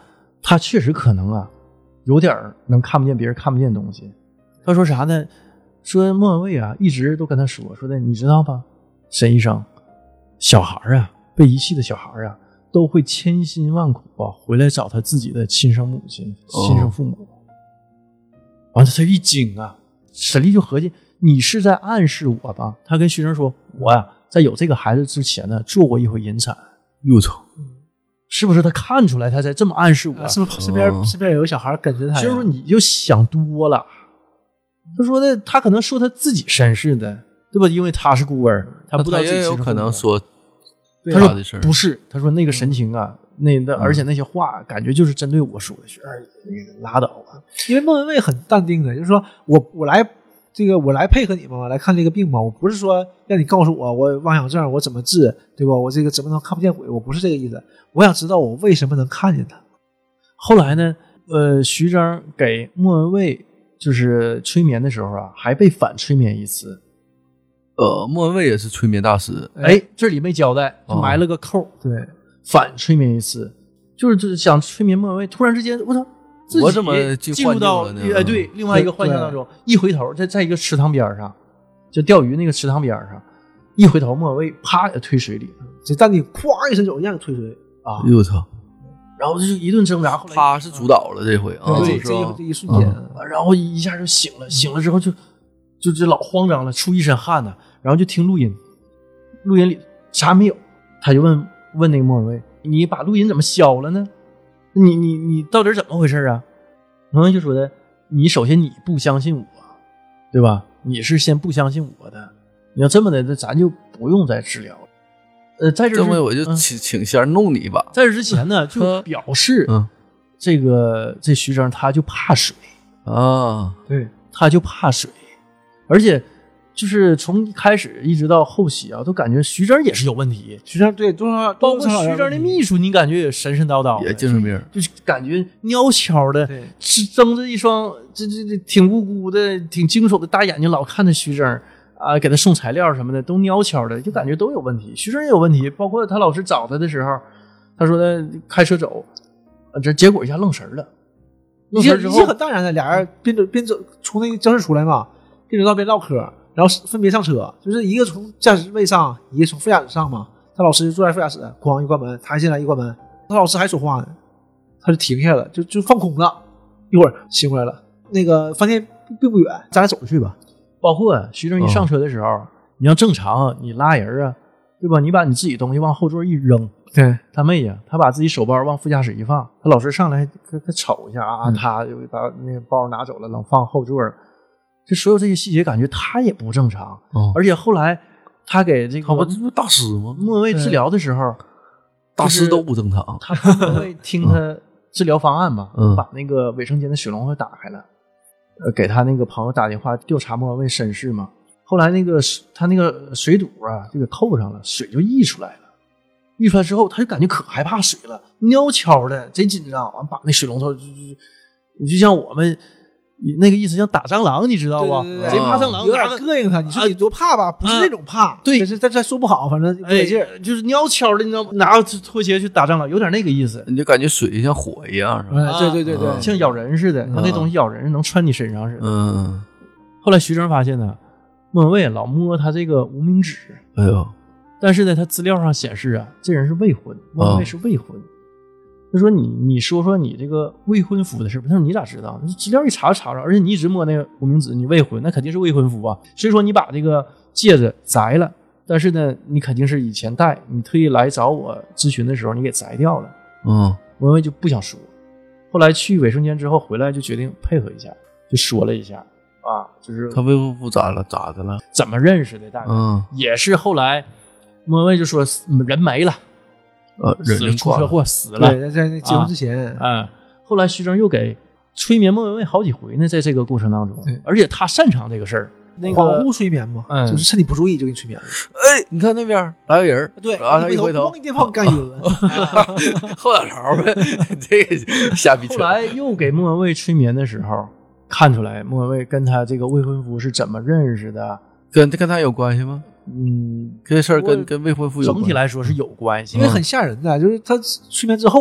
他确实可能啊，有点能看不见别人看不见的东西。他说啥呢？说莫文蔚啊，一直都跟他说的，你知道吧，沈医生，小孩啊，被遗弃的小孩啊，都会千辛万苦啊回来找他自己的亲生母亲、亲生父母。完了，他一惊啊，沈丽就合计，你是在暗示我吧？他跟徐峥说，我呀，在有这个孩子之前呢，做过一回引产。 又操！ 是不是他看出来，他才这么暗示我？ 是不是身边有个小孩跟着他？ 其实说你就想多了。他说的，他可能说他自己身世的，对吧？因为他是孤儿，他不知道自己也有可能说他说不是，他说那个神情啊，而且那些话，感觉就是针对我说的。拉倒吧。 因为莫文蔚很淡定的，就是说我来配合你们来看这个病嘛，我不是说让你告诉我妄想症我怎么治，对吧？我这个怎么能看不见鬼？我不是这个意思，我想知道我为什么能看见他。 后来呢，徐峥给莫文蔚就是催眠的时候啊，还被反催眠一次。 莫文蔚也是催眠大师。 这里没交代，就埋了个扣。 对， 反催眠一次，就是想催眠莫文蔚，突然之间，我操！ 我怎么进入到对另外一个幻象当中，一回头在一个池塘边上，就钓鱼那个池塘边上，一回头莫文蔚啪也推水里， 这淡定咵一伸手一样推水啊！ 我操！ 然后就一顿挣扎，后来他是主导了这回啊， 对，这一瞬间， 然后一下就醒了，醒了之后就这老慌张了，出一身汗呢，然后就听录音里啥没有，他就问那个莫文蔚，你把录音怎么消了呢？你到底怎么回事啊？莫文蔚就说的，你首先你不相信我，对吧？你是先不相信我的，你要这么的，那咱就不用再治疗了。在这回我就请先弄你一把。 在这之前呢，就表示这徐峥他就怕水啊， 对，他就怕水，而且就是从一开始一直到后期啊，都感觉徐峥也是有问题。 徐峥对， 包括徐峥的秘书，你感觉也神叨叨， 也精神病， 就是感觉蔫悄的，睁着一双这挺无辜的、挺惊悚的大眼睛，老看着徐峥啊，给他送材料什么的，都蔫悄的，就感觉都有问题。徐峥也有问题，包括他老师找他的时候，他说他开车走，这结果一下愣神了。愣神之后， 很淡然的，俩人边走从那个教室出来嘛，边走道边唠嗑。然后分别上车，就是一个从驾驶位上，一个从副驾驶上嘛。他老师就坐在副驾驶，哐一关门，他进来一关门，他老师还说话呢，他就停下了，就放空了，一会儿醒过来了。那个饭店并不远，咱俩走着去吧。 包括徐峥一上车的时候，你要正常，你拉人啊，对吧？你把你自己东西往后座一扔， 对， 他妹呀，他把自己手包往副驾驶一放，他老师上来他瞅一下啊，他就把那个包拿走了，冷放后座了。这所有这些细节感觉他也不正常，而且后来他给这个这不大师吗？ 莫文蔚治疗的时候， 大师都不正常。 他莫文蔚听他治疗方案嘛，把那个卫生间的水龙头打开了，给他那个朋友打电话调查莫文蔚身世嘛。后来他那个水堵啊，这个扣上了，水就溢出来了。溢出来之后，他就感觉可害怕水了，蔫悄的，贼紧张，完把那水龙头就像我们。那个意思像打蟑螂，你知道吧？贼怕蟑螂， 有点膈应他。你说你多怕吧？不是那种怕， 对， 但是说不好，反正不得劲儿， 就是蔫悄的，你知道吗？拿拖鞋去打蟑螂，有点那个意思。 你就感觉水像火一样，是吧？ 对， 像咬人似的，那东西咬人能穿你身上似的。后来徐峥发现呢，莫文蔚老摸他这个无名指， 哎呦， 但是呢，他资料上显示啊，这人是未婚，莫文蔚是未婚。他说你说你这个未婚夫的事，他说你咋知道？资料一查，而且你一直摸那个无名指，你未婚，那肯定是未婚夫啊。所以说你把这个戒指摘了，但是呢，你肯定是以前戴，你特意来找我咨询的时候，你给摘掉了。莫文蔚就不想说。后来去卫生间之后回来就决定配合一下，就说了一下啊，就是他未婚夫咋的了？ 怎么认识的？大概也是后来莫文蔚就说人没了。 人出车祸死了。 对，在那结婚之前后来徐峥又给催眠莫文蔚好几回呢，在这个过程当中，而且他擅长这个事儿，那个恍惚催眠嘛，就是趁你不注意就给你催眠了。 哎，你看那边来个人， 对， 他一回头， 咣一电炮干晕了， 后脑勺呗，这个瞎逼扯。 后来又给莫文蔚催眠的时候，看出来莫文蔚跟他这个未婚夫是怎么认识的， 跟他有关系吗？这事儿跟未婚夫有关系。 整体来说是有关系， 因为很吓人的，就是他催眠之后嘛，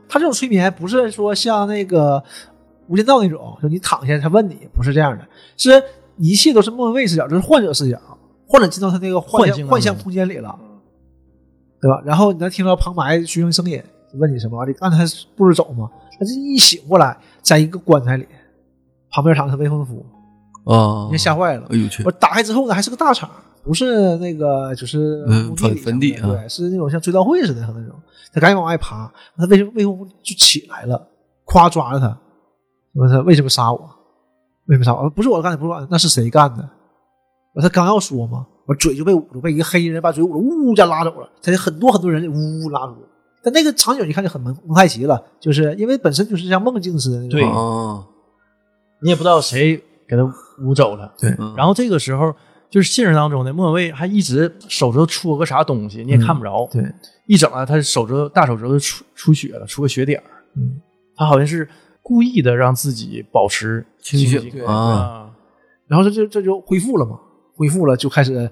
他这种催眠不是说像那个无间道那种，就你躺下他问你，不是这样的，是一切都是莫文蔚视角，就是患者视角，患者进到他那个幻象空间里了，对吧？然后你能听到旁白徐峥声音问你什么，你按他步子走嘛，他这一醒过来，在一个棺材里，旁边躺着未婚夫啊， 你吓坏了。 哎呦去！ 我打开之后呢，还是个大场，不是那个就是坟地啊， 对，是那种像追悼会似的那种。他赶紧往外爬，他未婚夫就起来了，夸抓着他，问他为什么杀我？为什么杀我？不是我干的，不是我，那是谁干的？他刚要说嘛，我嘴就被捂住，被一个黑人把嘴捂住，呜家拉走了。他就很多人呜拉住了。但那个场景你看就很蒙太奇了，就是因为本身就是像梦境似的那种。 对，你也不知道谁给他捂走了。 对， 然后这个时候就是现实当中的莫文蔚还一直手指头戳个啥东西，你也看不着。 对， 一整啊，他大手指头出血了，出个血点。他好像是故意的让自己保持清醒啊。 然后这就恢复了嘛，恢复了就开始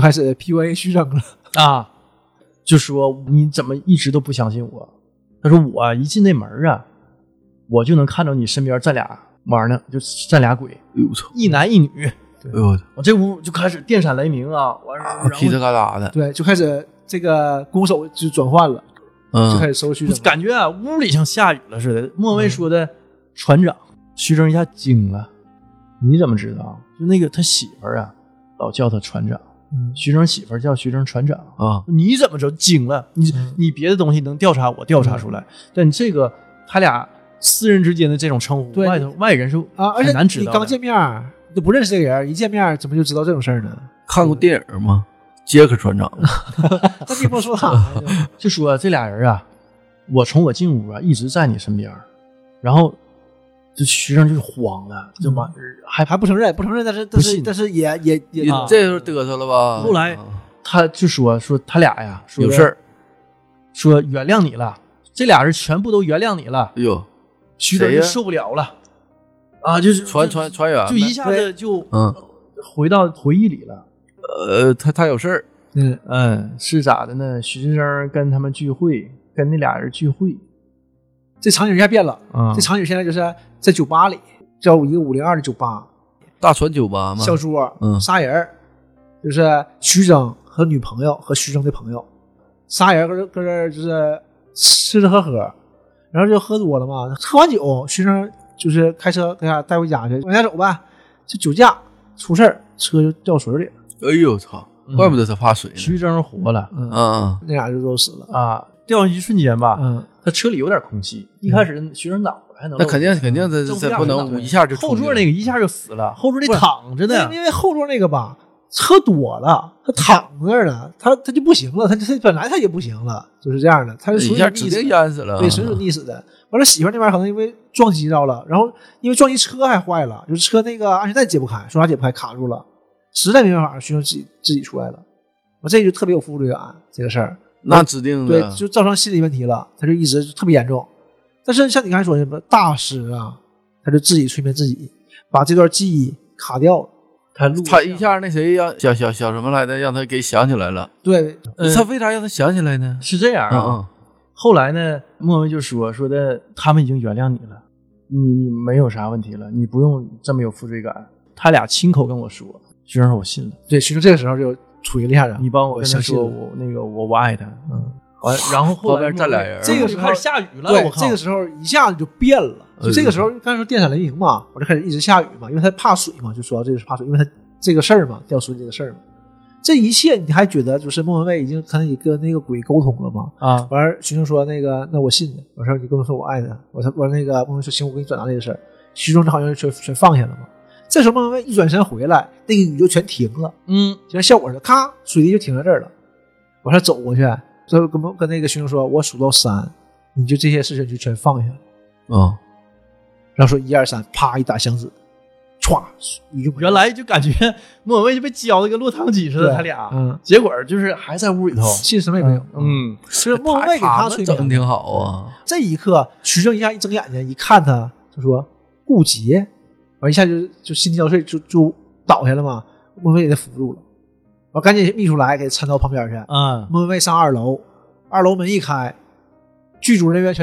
PUA 徐峥了啊。就说你怎么一直都不相信我？他说我一进那门啊，我就能看到你身边站俩玩呢，就站俩鬼，一男一女。 哎呦， 我这屋就开始电闪雷鸣啊，完事噼里嘎啦的， 对，就开始这个攻守就转换了，就开始收徐峥， 感觉啊屋里像下雨了似的。莫文蔚说的船长，徐峥一下惊了，你怎么知道？就那个他媳妇儿啊，老叫他船长。徐峥媳妇儿叫徐峥船长啊， 你怎么着惊了？你别的东西能调查我调查出来，但你这个他俩私人之间的这种称呼，外人是很难知道的。 而且你刚见面都不认识这个人，一见面怎么就知道这种事儿呢？ 看过电影吗？杰克船长， 那你不说他， 就说这俩人啊，我从我进屋啊一直在你身边，然后这徐峥就慌了，就还不承认，但是也这时候嘚瑟了吧？ 后来他就说他俩呀有事儿， 说原谅你了，这俩人全部都原谅你了。 哎呦， 徐峥就受不了了啊，就是传远， 就一下子就回到回忆里了。 他有事儿， 是咋的呢？徐峥跟他们聚会，跟那俩人聚会。 这场景一下变了，这场景现在就是在酒吧里，叫一个502的酒吧， 大船酒吧嘛， 小桌，仨人，就是徐峥和女朋友和徐峥的朋友，仨人搁这就是吃喝，然后就喝多了嘛，喝完酒，徐峥就是开车给他带回家去，往家走吧，这酒驾出事儿，车就掉水里了。 哎呦操！怪不得他怕水呢。 徐峥活了， 那俩就都死了啊！掉下去一瞬间吧，他车里有点空气。一开始徐峥脑袋还能， 那肯定这不能一下就后座那个一下就死了，后座得躺着呢。 因为后座那个吧，喝多了，他躺那儿了，他就不行了，他本来他也不行了，就是这样的，他就一下指定淹死了， 对，纯属溺死的。完了，媳妇那边可能因为撞击着了，然后因为撞击车还坏了，就是车那个安全带解不开，双卡解不开，卡住了，实在没办法，徐峥自己出来了。我这就特别有负罪感，这个事儿。 那指定的， 对，就造成心理问题了，他就一直特别严重。但是像你刚才说的什么大师啊，他就自己催眠自己，把这段记忆卡掉了。 他一下那谁让小什么来的，让他给想起来了。 对， 他为啥让他想起来呢？ 是这样啊。后来呢，莫文就说的，他们已经原谅你了，你没有啥问题了，你不用这么有负罪感。他俩亲口跟我说，徐峥说我信了。 对，徐峥这个时候就捶了一下子， 你帮我跟他说我爱他，然后后来站俩人， 这个时候开始下雨了， 对，这个时候一下子就变了。这个时候刚才说电闪雷鸣嘛，我就开始一直下雨嘛，因为他怕水嘛，就说这个是怕水，因为他这个事儿嘛，掉水这个事儿嘛。这一切你还觉得就是莫文蔚已经可以跟那个鬼沟通了吗？完徐峥说那我信了，我说你跟我说我爱他，我那个莫文蔚说行，我给你转达这个事儿。徐峥这好像全放下了嘛。这时候莫文蔚一转身回来，那个雨就全停了，就像效果似的，咔，水滴就停在这儿了。我说走过去，就跟那个徐峥说，我数到3，你就这些事情就全放下了。然后说1、2、3，啪一打响指，歘，雨就原来就感觉莫文蔚就被浇的跟落汤鸡似的，他俩，结果就是还在屋里头， 信什么也没有。是莫文蔚给他催眠， 整挺好啊。 这一刻，徐峥一下一睁眼睛一看他，就说顾杰。完一下就心跳碎，就倒下了嘛。莫文蔚给他扶住了，完赶紧秘书来给他搀到旁边去。莫文蔚上2楼，2楼门一开，剧组人员全在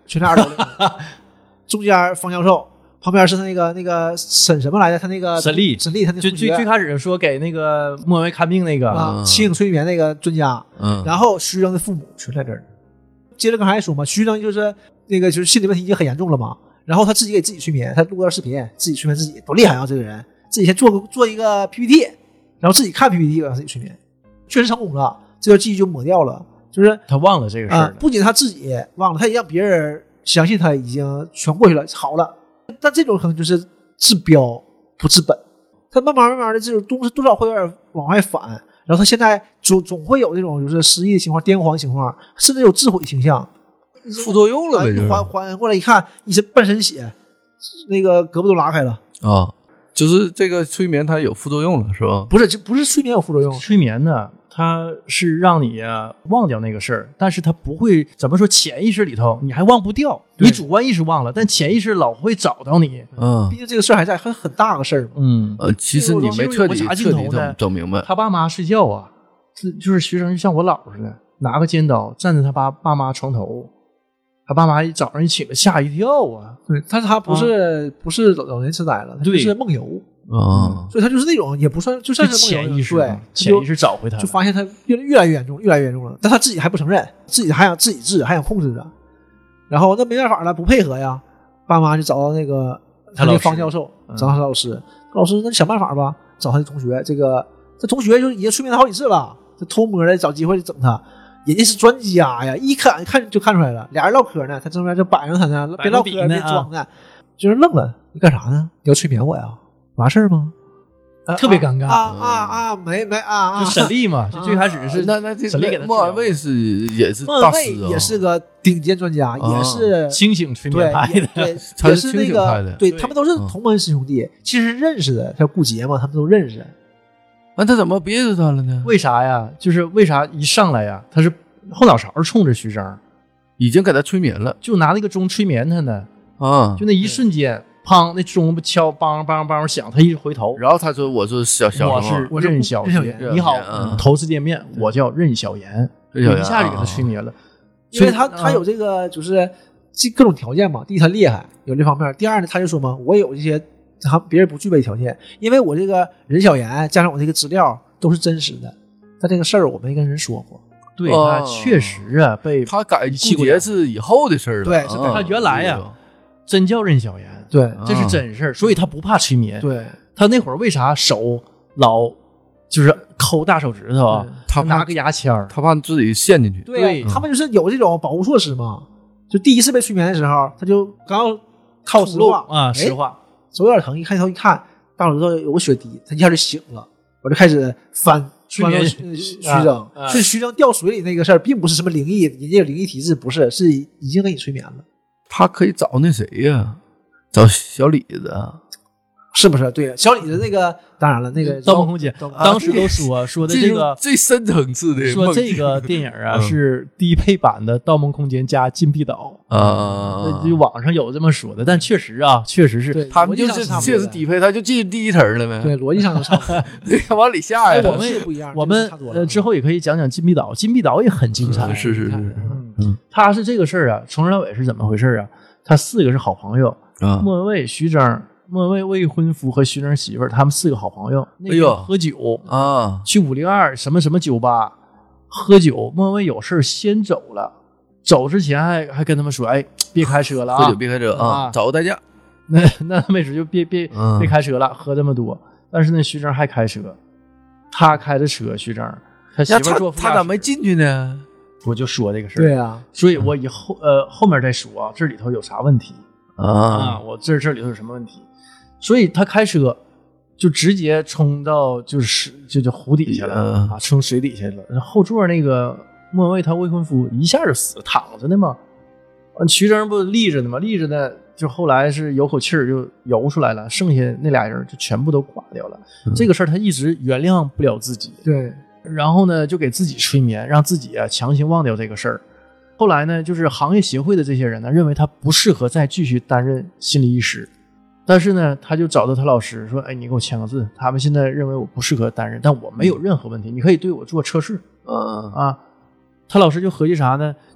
全家都领了。中间方教授，旁边是他那个沈什么来着？他那个沈丽， 他那最开始说给那个莫文蔚看病那个轻催眠那个专家，然后徐峥的父母全在这儿。接着刚才说嘛，徐峥就是那个就是心理问题已经很严重了嘛，然后他自己给自己催眠，他录个视频自己催眠自己，多厉害啊！这个人自己先做一个 PPT， 然后自己看 PPT 让自己催眠，确实成功了，这段记忆就抹掉了。就是他忘了这个事儿， 不仅他自己忘了，他也让别人相信他已经全过去了，好了。但这种可能就是治标不治本，他慢慢的这种东西多少会有点往外反，然后他现在总会有这种就是失忆的情况、癫狂情况，甚至有自毁倾向， 副作用了呗，就是缓过来一看，一身半身血，那个胳膊都拉开了啊，就是这个催眠它有副作用了是吧？ 不是，这不是催眠有副作用， 催眠呢，它是让你忘掉那个事儿，但是它不会怎么说，潜意识里头你还忘不掉，你主观意识忘了，但潜意识老会找到你。 毕竟这个事儿还在，很大个事儿嘛。 其实你没彻底整明白。 他爸妈睡觉啊，就是学生就像我姥似的，拿个尖刀站在他爸妈床头，他爸妈早上一起来吓一跳啊。 对，但是他不是老年痴呆了，他就是梦游。所以他就是那种也不算，就算是潜意识， 对， 潜意识找回他， 就发现他越来越严重了，但他自己还不承认，自己还想自己治，还想控制着，然后那没办法了，不配合呀，爸妈就找到那个他那个方教授，找他老师，那你想办法吧，找他的同学，这同学就已经催眠他好几次了，这偷摸的找机会整他，人家是专家呀，一看就看出来了，俩人唠嗑呢，他正在这摆上他呢，别唠嗑别装呢，就是愣了，你干啥呢？你要催眠我呀？完事儿吗？ 特别尴尬没就沈丽嘛，就最开始是那这沈丽给他莫文蔚也是大师，也是个顶尖专家，也是清醒催眠派的， 对，也是那个，对他们都是同门师兄弟，其实认识的，叫顾杰嘛，他们都认识。 那他怎么别着他了呢？ 为啥呀？就是为啥一上来呀，他是后脑勺冲着徐峥， 已经给他催眠了， 就拿那个钟催眠他呢就那一瞬间。砰！那钟不敲，梆梆梆响，他一回头， 然后他说：“我是我是任小言，你好，头次见面，我叫任小言。”一下就给他催眠了， 因为他有这个就是各种条件嘛。第一，他厉害，有这方面；第二呢，他就说嘛，我有这些别人不具备条件，因为我这个任小言加上我这个资料都是真实的，但这个事儿我没跟人说过。 对，他确实啊，被他改顾杰是以后的事儿了。 对， 他原来呀，真叫任小言。 对， 这是真事儿，所以他不怕催眠。 对， 他那会儿为啥手老就是抠大手指头啊？他拿个牙签， 他怕自己陷进去。 对，他们就是有这种保护措施嘛。就第一次被催眠的时候，他就刚要靠实话啊，实话， 手有点疼，一开头一看大手指头有个血滴，他一下就醒了，我就开始翻催眠徐峥。所以徐峥掉水里那个事儿，并不是什么灵异，人家有灵异体质，不是，是已经给你催眠了。 他可以找那谁呀？找小李子， 是不是？对，小李子那个，当然了，那个《 盗梦空间》当时都说的这个最深层次的， 说这个电影啊是低配版的《盗梦空间》加《禁闭岛》就网上有这么说的，但确实是他们就是确实低配，他就进第一层了呗。 对，逻辑上都差不多， 对，往里下呀。 我们也不一样， 我们之后也可以讲讲《禁闭岛》，《禁闭岛》也很精彩。 是， 他是这个事儿啊，从头到尾是怎么回事啊？他4个是好朋友。莫文蔚、徐峥、莫文蔚未婚夫和徐峥媳妇儿，他们4个好朋友。那个喝酒去502什么什么酒吧喝酒。莫文蔚有事先走了，走之前还跟他们说：“哎，别开车了啊， 喝酒别开车啊，找个代驾。” 那没准就别开车了，喝这么多。但是那徐峥还开车，他开着车，徐峥他媳妇坐副驾驶， 他咋没进去呢？ 我就说这个事儿。 对啊， 所以我以后后面再说这里头有啥问题。我这里头有什么问题？所以他开车就直接冲到就湖底下了冲水底下了。后座那个莫文蔚他未婚夫一下就死了，躺着呢嘛。徐峥不立着呢吗？立着呢，就后来是有口气儿就游出来了，剩下那俩人就全部都挂掉了。这个事儿他一直原谅不了自己。 对， 然后呢就给自己催眠，让自己强行忘掉这个事儿。后来呢，就是行业协会的这些人呢，认为他不适合再继续担任心理医师，但是呢，他就找到他老师说：“哎，你给我签个字，他们现在认为我不适合担任，但我没有任何问题，你可以对我做测试。”他老师就合计啥呢？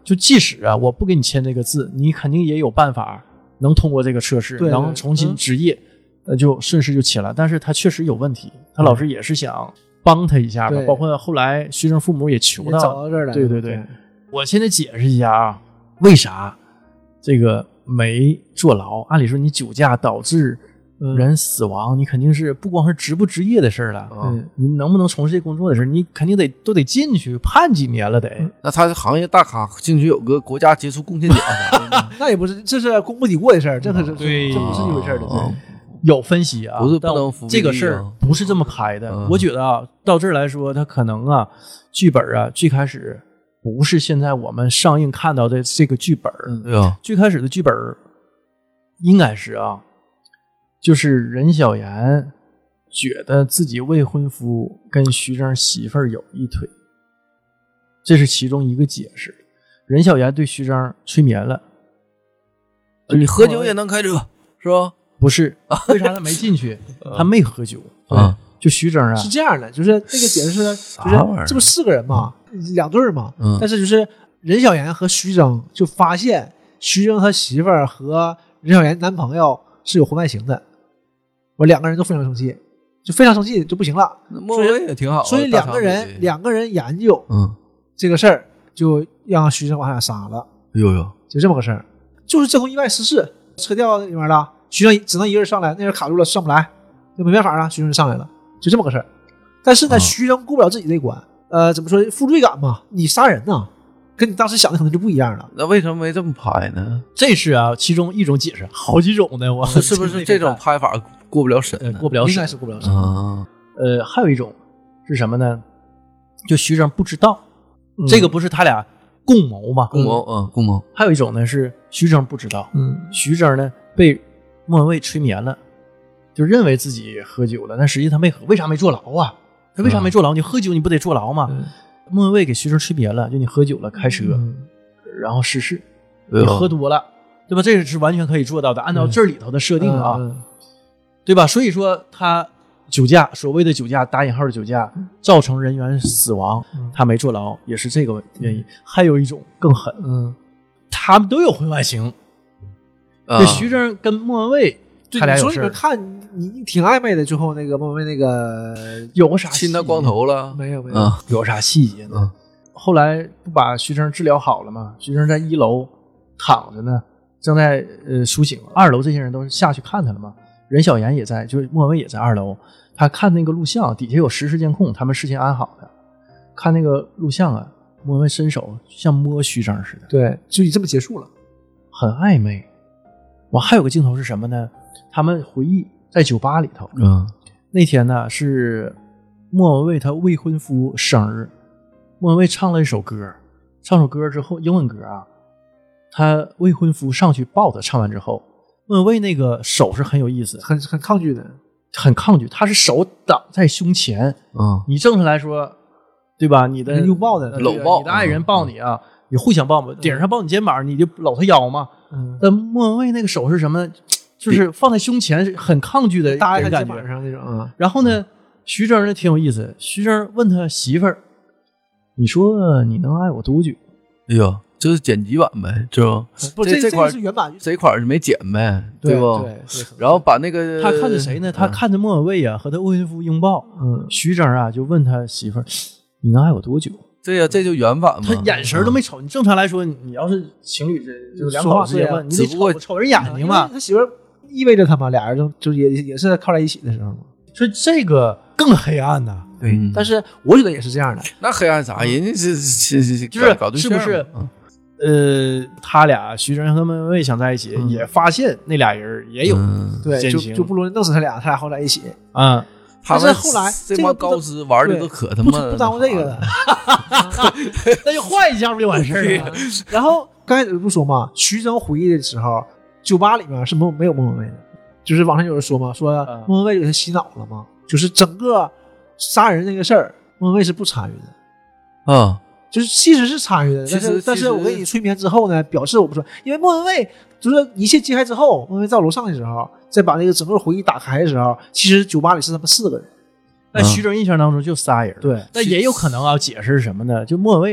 就即使啊我不给你签这个字，你肯定也有办法能通过这个测试， 对能重新执业，就顺势就签了。但是他确实有问题，他老师也是想帮他一下吧，包括后来徐峥父母也求找到这儿来。 对对对，我现在解释一下啊，为啥这个没坐牢？按理说你酒驾导致人死亡，你肯定是不光是执不执业的事儿了，你能不能从事这工作的事儿，你肯定都得进去判几年了得。 那他是行业大咖，进去有个国家杰出贡献奖啥的。 那也不是，这是功不抵过的事儿，这可是对， 这不是一回事儿的。 有分析啊， 不是不能服这个事儿不是这么拍的。我觉得啊，到这儿来说，他可能啊，剧本啊，最开始不是现在我们上映看到的这个剧本。 对啊， 最开始的剧本应该是啊，就是任小妍觉得自己未婚夫跟徐峥媳妇儿有一腿，这是其中一个解释。任小妍对徐峥催眠了， 你喝酒也能开车是吧？ 不是，为啥他没进去？他没喝酒啊。 就徐峥啊， 是这样的，就是那个解释是，就是这不4个人嘛，2对嘛，但是就是任小妍和徐峥就发现徐峥他媳妇儿和任小妍男朋友是有婚外情的，我2个人都非常生气，就非常生气就不行了。 莫文蔚也挺好， 所以两个人研究这个事儿，就让徐峥把他俩杀了。 呦呦， 就这么个事儿，就是交通意外失事，车掉里面了，徐峥只能一个人上来，那人卡住了上不来，就没办法啊，徐峥就上来了，就这么个事儿。但是呢，徐峥过不了自己这一关，怎么说负罪感嘛？你杀人呢，跟你当时想的可能就不一样了。 那为什么没这么拍呢？ 这是啊，其中一种解释，好几种呢。我是不是这种拍法过不了审？ 过不了审， 应该是过不了审。 还有一种是什么呢？就徐峥不知道，这个不是他俩共谋吗？ 共谋，共谋。 还有一种呢是徐峥不知道，徐峥呢被莫文蔚催眠了，就认为自己喝酒了，但实际他没喝，为啥没坐牢啊？他为啥没坐牢？你喝酒你不得坐牢吗？莫文蔚给徐峥催眠了，就你喝酒了开车，然后失事，你喝多了，对吧？这个是完全可以做到的，按照这里头的设定啊，对吧？所以说他酒驾，所谓的酒驾打引号的酒驾，造成人员死亡，他没坐牢也是这个原因。还有一种更狠，他们都有婚外情，这徐峥跟莫文蔚他俩有事。 所以你们看你挺暧昧的，最后那个莫文蔚那个有个啥亲他光头了？ 没有， 有啥细节呢？后来不把徐峥治疗好了吗？徐峥在1楼躺着呢，正在苏醒。2楼这些人都下去看他了吗？任小妍也在，就是莫文蔚也在2楼。他看那个录像，底下有实时监控，他们事先安好的。看那个录像啊，莫文蔚伸手像摸徐峥似的， 对，就这么结束了， 很暧昧。我还有个镜头是什么呢？他们回忆在酒吧里头，那天呢是莫文蔚她未婚夫生日，莫文蔚唱了一首歌，唱首歌之后，英文歌啊，她未婚夫上去抱她，唱完之后，莫文蔚那个手是很有意思， 很抗拒的， 很抗拒，他是手挡在胸前，你正常来说，对吧？你的拥抱的搂抱， 你的爱人抱你啊，你互相抱嘛，顶上抱你肩膀，你就搂他腰嘛。但莫文蔚那个手是什么呢？就是放在胸前，很抗拒的搭在感觉肩膀上那种。 然后呢，徐峥呢挺有意思，徐峥问他媳妇儿：“你说你能爱我多久？” 哎呦，这是剪辑版呗，是吧？ 不，这块是原版， 这块没剪呗， 对不？ 对。 然后把那个他看着谁呢？他看着莫文蔚啊和他未婚夫拥抱。徐峥啊就问他媳妇儿：“你能爱我多久？” 对呀，这就原版嘛。 他眼神都没瞅你。正常来说，你要是情侣就两口子之间问，你得瞅人眼睛嘛。 他媳妇儿意味着他嘛，俩人就也是靠在一起的时候嘛。 所以这个更黑暗呐。 对，但是我觉得也是这样的。 那黑暗啥？人家是就是搞对象， 是不是？他俩徐峥和莫文蔚想在一起，也发现那俩人也有对，就不如弄死他俩好在一起啊。 但是后来这帮高知玩的都可他妈不耽误这个了， 那就换一下不就完事儿了？ 然后刚才不说嘛，徐峥回忆的时候，酒吧里面是没有莫文蔚的，就是网上有人说嘛，说莫文蔚给他洗脑了嘛，就是整个杀人那个事儿，莫文蔚是不参与的就是其实是参与的，但是我给你催眠之后呢，表示我不说，因为莫文蔚就是一切揭开之后，莫文蔚在楼上的时候，再把那个整个回忆打开的时候，其实酒吧里是他们4个人， 但徐峥印象当中就仨人， 对， 但也有可能啊，解释是什么呢？就莫文蔚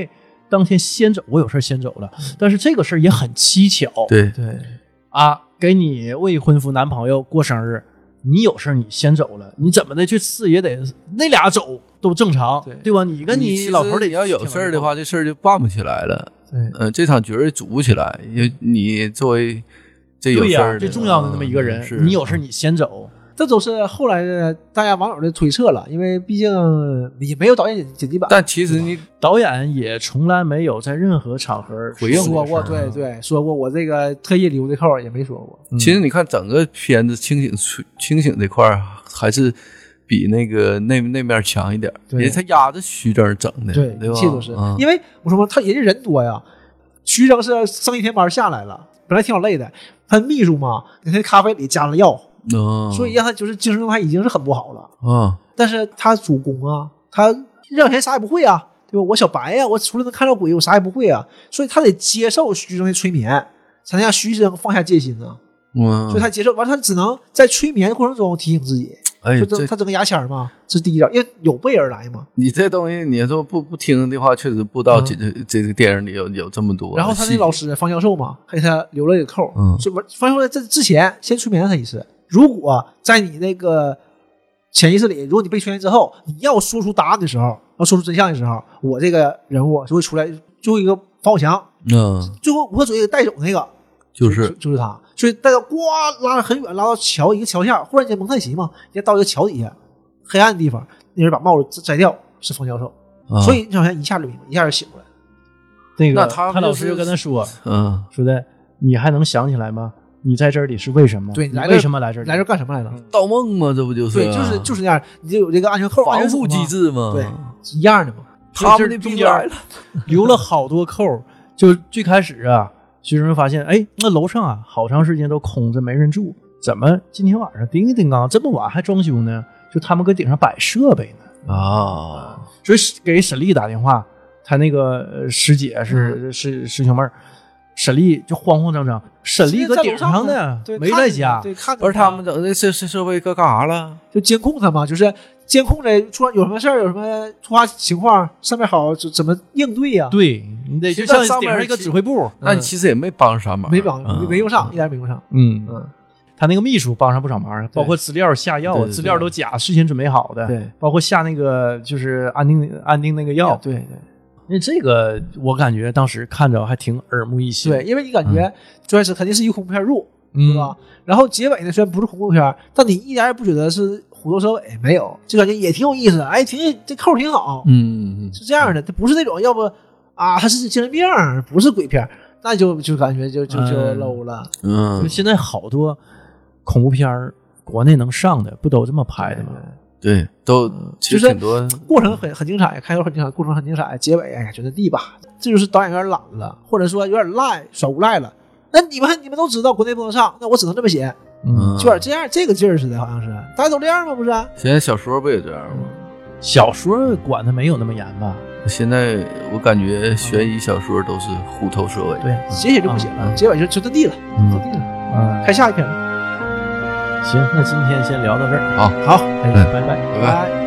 当天先走，我有事先走了。但是这个事儿也很蹊跷， 对对啊，给你未婚夫男朋友过生日，你有事你先走了，你怎么的去吃也得那俩走都正常，对吧？你跟你老头得你要有事儿的话，这事儿就办不起来了。 对， 这场局组不起来，因为你作为这有事儿最重要的那么一个人，你有事你先走。 这都是后来的大家网友的推测了，因为毕竟也没有导演剪辑版。 但其实你导演也从来没有在任何场合回应说过，对，说过我这个特意留的扣也没说过。 其实你看整个片子清醒这块还是比那个那面强一点，因为他压着徐峥整的，对吧？ 一切都是，因为我说嘛，他人家人多呀，徐峥是上一天班下来了，本来挺好累的，他秘书嘛给他咖啡里加了药。所以让他就是精神状态已经是很不好了但是他主攻啊，他这两天啥也不会啊，对吧？我小白呀，我除了能看到鬼，我啥也不会啊，所以他得接受徐峥的催眠，才能让徐峥放下戒心啊。所以他接受完，他只能在催眠的过程中提醒自己。他整个牙签嘛，这是第一招，因为有备而来嘛。你这东西，你说不听的话，确实不知道这个电影里有这么多。 然后他那老师方教授嘛，还给他留了一个扣。所以方教授在这之前先催眠他一次。如果在你那个潜意识里，如果你被催眠之后，你要说出答案的时候，要说出真相的时候，我这个人物就会出来，最后一个防火墙，最后捂他嘴带走那个，就是他，所以带到呱拉得很远，拉到一个桥下，忽然间蒙太奇嘛，也到一个桥底下黑暗的地方，那人把帽子摘掉，是冯教授，所以好像一下就明白，一下就醒过来。 那个他老师就跟他说，说的你还能想起来吗？你在这里是为什么？ 对， 你为什么来这里？ 来这干什么来了？ 盗梦吗？这不就是？ 对，就是那样。你就有这个安全扣、 防护机制吗？ 对，一样的嘛。 他们的中间留了好多扣，就最开始啊，徐峥发现，哎，那楼上啊，好长时间都空着没人住，怎么今天晚上叮叮当这么晚还装修呢？就他们搁顶上摆设备呢所以给沈丽打电话，他那个师姐是师兄妹儿。沈丽就慌慌张张，沈丽搁顶上呢，没在家。 不是他们整的设备搁干啥了？ 就监控他嘛，就是监控着有什么事儿，有什么突发情况，上面好怎么应对呀？ 对，你得就像顶上一个指挥部。 那你其实也没帮啥忙， 没用上，一点没用上。 他那个秘书帮上不少忙，包括资料下药，资料都假，事先准备好的。 对， 包括下那个就是安定那个药。 对。 因为这个我感觉当时看着还挺耳目一新。 对，因为你感觉最开始肯定是一个恐怖片入，对吧？然后结尾呢，虽然不是恐怖片，但你一点也不觉得是虎头蛇尾，没有，就感觉也挺有意思。哎，这扣挺好，是这样的，它不是那种要不啊，它是精神病，不是鬼片，那就感觉就 low 了。 就现在好多恐怖片国内能上的不都这么拍的吗？ 对，都其实很多过程很精彩，开头很精彩，过程很精彩，结尾哎呀觉得地吧，这就是导演有点懒了，或者说有点赖，耍无赖了。那你们都知道国内不能上，那我只能这么写，就有点这样这个劲儿似的，好像是大家都这样吗？不是？ 现在小说不也这样吗？ 小说管的没有那么严吧？ 现在我感觉悬疑小说都是虎头蛇尾， 对，写就不写了，结尾就遁地了，开下一篇了。 行，那今天先聊到这儿。 好， 拜拜。